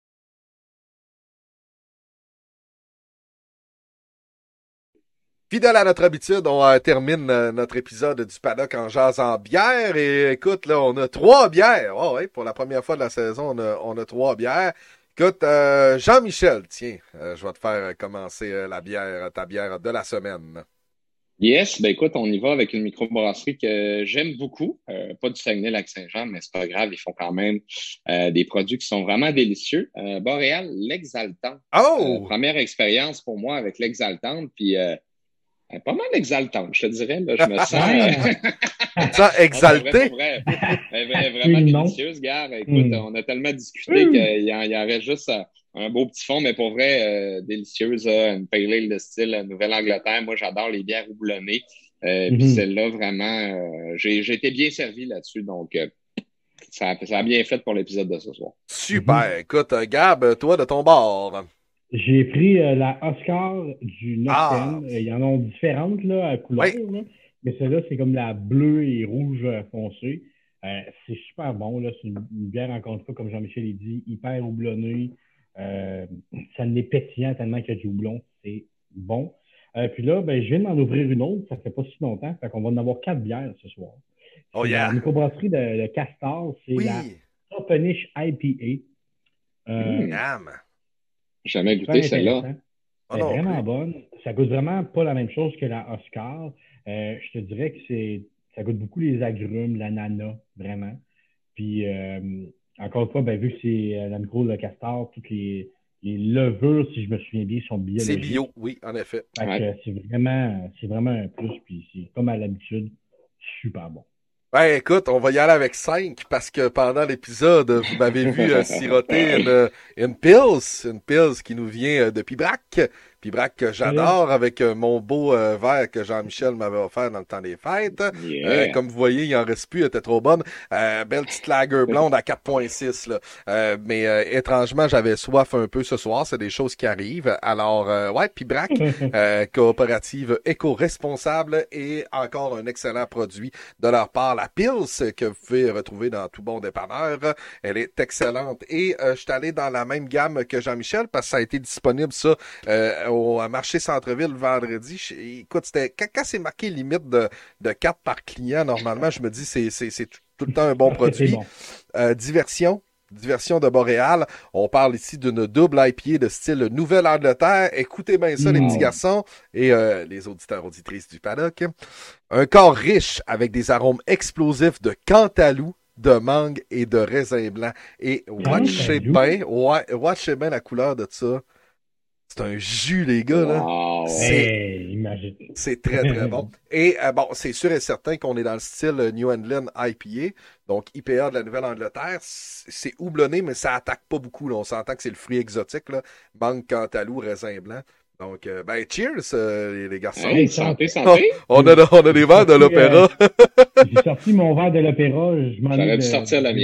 Fidèle à notre habitude, on euh, termine euh, notre épisode du Paddock en jasant bière. Et écoute, là, on a trois bières. Oh, ouais, pour la première fois de la saison, on a, on a trois bières. Écoute, euh, Jean-Michel, tiens, euh, je vais te faire commencer euh, la bière, ta bière de la semaine. Yes, ben écoute, on y va avec une microbrasserie que j'aime beaucoup. Euh, pas du Saguenay-Lac-Saint-Jean, mais c'est pas grave, ils font quand même euh, des produits qui sont vraiment délicieux. Euh, Boréal, l'Exaltante. Oh! Euh, première expérience pour moi avec l'Exaltante, puis euh, pas mal exaltante, je te dirais. Là, je me sens... ça, exalté? Vrai, vrai, vrai, vraiment délicieuse, gars. Écoute, mm. on a tellement discuté mm. qu'il y, en, il y en reste juste un beau petit fond, mais pour vrai, euh, délicieuse. Une pale ale de style Nouvelle-Angleterre. Moi, j'adore les bières houblonnées. Euh, mm-hmm. Puis celle-là, vraiment, euh, j'ai, j'ai été bien servi là-dessus. Donc, euh, ça, ça a bien fait pour l'épisode de ce soir. Super. Mm-hmm. Écoute, Gab, toi, de ton bord... J'ai pris euh, la Oscar du Noctem. Ah. Il y en a différentes là, à couleur, oui. là. Mais celle-là, c'est comme la bleue et rouge foncée. Euh, c'est super bon. Là. C'est une, une bière, encore une fois, comme Jean-Michel l'a dit, hyper houblonnée. Euh, ça n'est pétillant tellement qu'il y a du houblon. C'est bon. Euh, puis là, ben, je viens d'en ouvrir une autre. Ça fait pas si longtemps. Fait qu'on va en avoir quatre bières ce soir. Oh yeah! La microbrasserie de, de Castor, c'est oui. la Topenish I P A. Euh, mmh. J'ai jamais goûté celle-là. C'est oh vraiment bonne. Ça goûte vraiment pas la même chose que la Oscar. Euh, je te dirais que c'est ça goûte beaucoup les agrumes, l'ananas, vraiment. Puis, euh, encore une fois, ben, vu que c'est euh, la micro de Castor, toutes les, les levures, si je me souviens bien, sont biologiques. C'est bio, oui, en effet. Fait ouais. que c'est vraiment, c'est vraiment un plus. Puis, c'est comme à l'habitude, super bon. Ben, écoute, on va y aller avec cinq parce que pendant l'épisode, vous m'avez vu euh, siroter une, une Pils, une Pils qui nous vient euh, de Pibrac. Pibrac que j'adore avec euh, mon beau euh, verre que Jean-Michel m'avait offert dans le temps des fêtes. Yeah. Euh, comme vous voyez, il en reste plus, elle était trop bonne. Euh, belle petite lager blonde à quatre virgule six. Là. Euh, mais euh, étrangement, j'avais soif un peu ce soir. C'est des choses qui arrivent. Alors, euh, ouais, Pibrac, euh, coopérative éco-responsable et encore un excellent produit de leur part. La Pils que vous pouvez retrouver dans tout bon dépanneur. Elle est excellente. Et euh, je suis allé dans la même gamme que Jean-Michel parce que ça a été disponible, ça, euh, au marché Centre-Ville vendredi. Écoute, c'était quand, quand c'est marqué limite de, de quatre par client, normalement, je me dis c'est c'est c'est tout, tout le temps un bon produit. Bon. Euh, diversion, diversion de Montréal. On parle ici d'une double I P A de style Nouvelle-Angleterre. Écoutez bien ça, mmh. les petits garçons et euh, les auditeurs auditrices du paddock. Un corps riche avec des arômes explosifs de cantalou, de mangue et de raisin blanc. Et watchez bien, ouais, watchez bien la couleur de ça. C'est un jus, les gars, là. Wow. C'est, hey, c'est très, très bon. Et euh, bon, c'est sûr et certain qu'on est dans le style New England I P A. Donc, I P A de la Nouvelle-Angleterre. C'est houblonné, mais ça attaque pas beaucoup. Là. On s'entend que c'est le fruit exotique, là. Mangue, cantalou, raisin blanc. Donc, euh, ben, cheers, euh, les, les garçons. Hey, santé, santé. On a, on a des verres de l'opéra. Euh, j'ai sorti mon verre de l'opéra. Je m'en J'aurais ai dû de... sortir le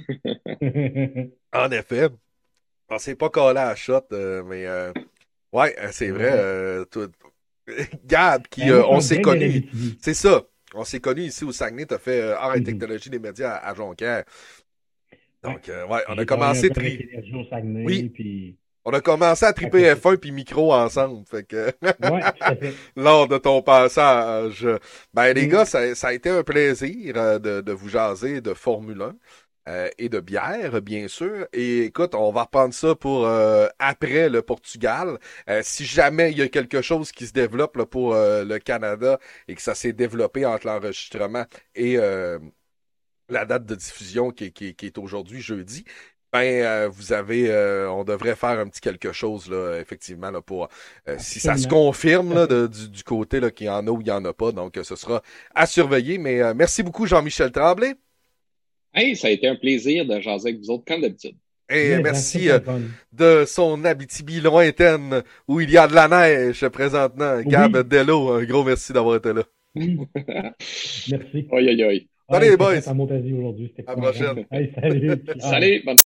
mien. En effet. On s'est pas collé à la shot, euh, mais euh, ouais, c'est vrai. Euh, tout... Gab, qui, euh, on s'est connus. C'est ça. On s'est connus ici au Saguenay. Tu as fait euh, art et technologie des médias à, à Jonquière. Donc, euh, ouais, on a commencé... Tri... Saguenay, oui. Puis... On a commencé à triper F un puis micro ensemble. Fait que ouais, fait. Lors de ton passage. Ben, les mm. gars, ça, ça a été un plaisir de, de vous jaser de Formule un. Euh, et de bière, bien sûr. Et écoute, on va reprendre ça pour euh, après le Portugal. Euh, si jamais il y a quelque chose qui se développe là, pour euh, le Canada et que ça s'est développé entre l'enregistrement et euh, la date de diffusion qui, qui, qui est aujourd'hui, jeudi, ben euh, vous avez, euh, on devrait faire un petit quelque chose là, effectivement là pour euh, si ça se confirme là, de, du, du côté là qu'il y en a ou il y en a pas. Donc ce sera à surveiller. Mais euh, merci beaucoup Jean-Michel Tremblay. Hey, ça a été un plaisir de jaser avec vous autres, comme d'habitude. Et oui, merci euh, de son Abitibi lointaine où il y a de la neige présentement. Oui. Gab Dello, un gros merci d'avoir été là. Oui. Merci. Aïe, aïe, aïe. Salut les boys. À Montasie aujourd'hui. À la prochaine. Hey, salut. Salut. Bonne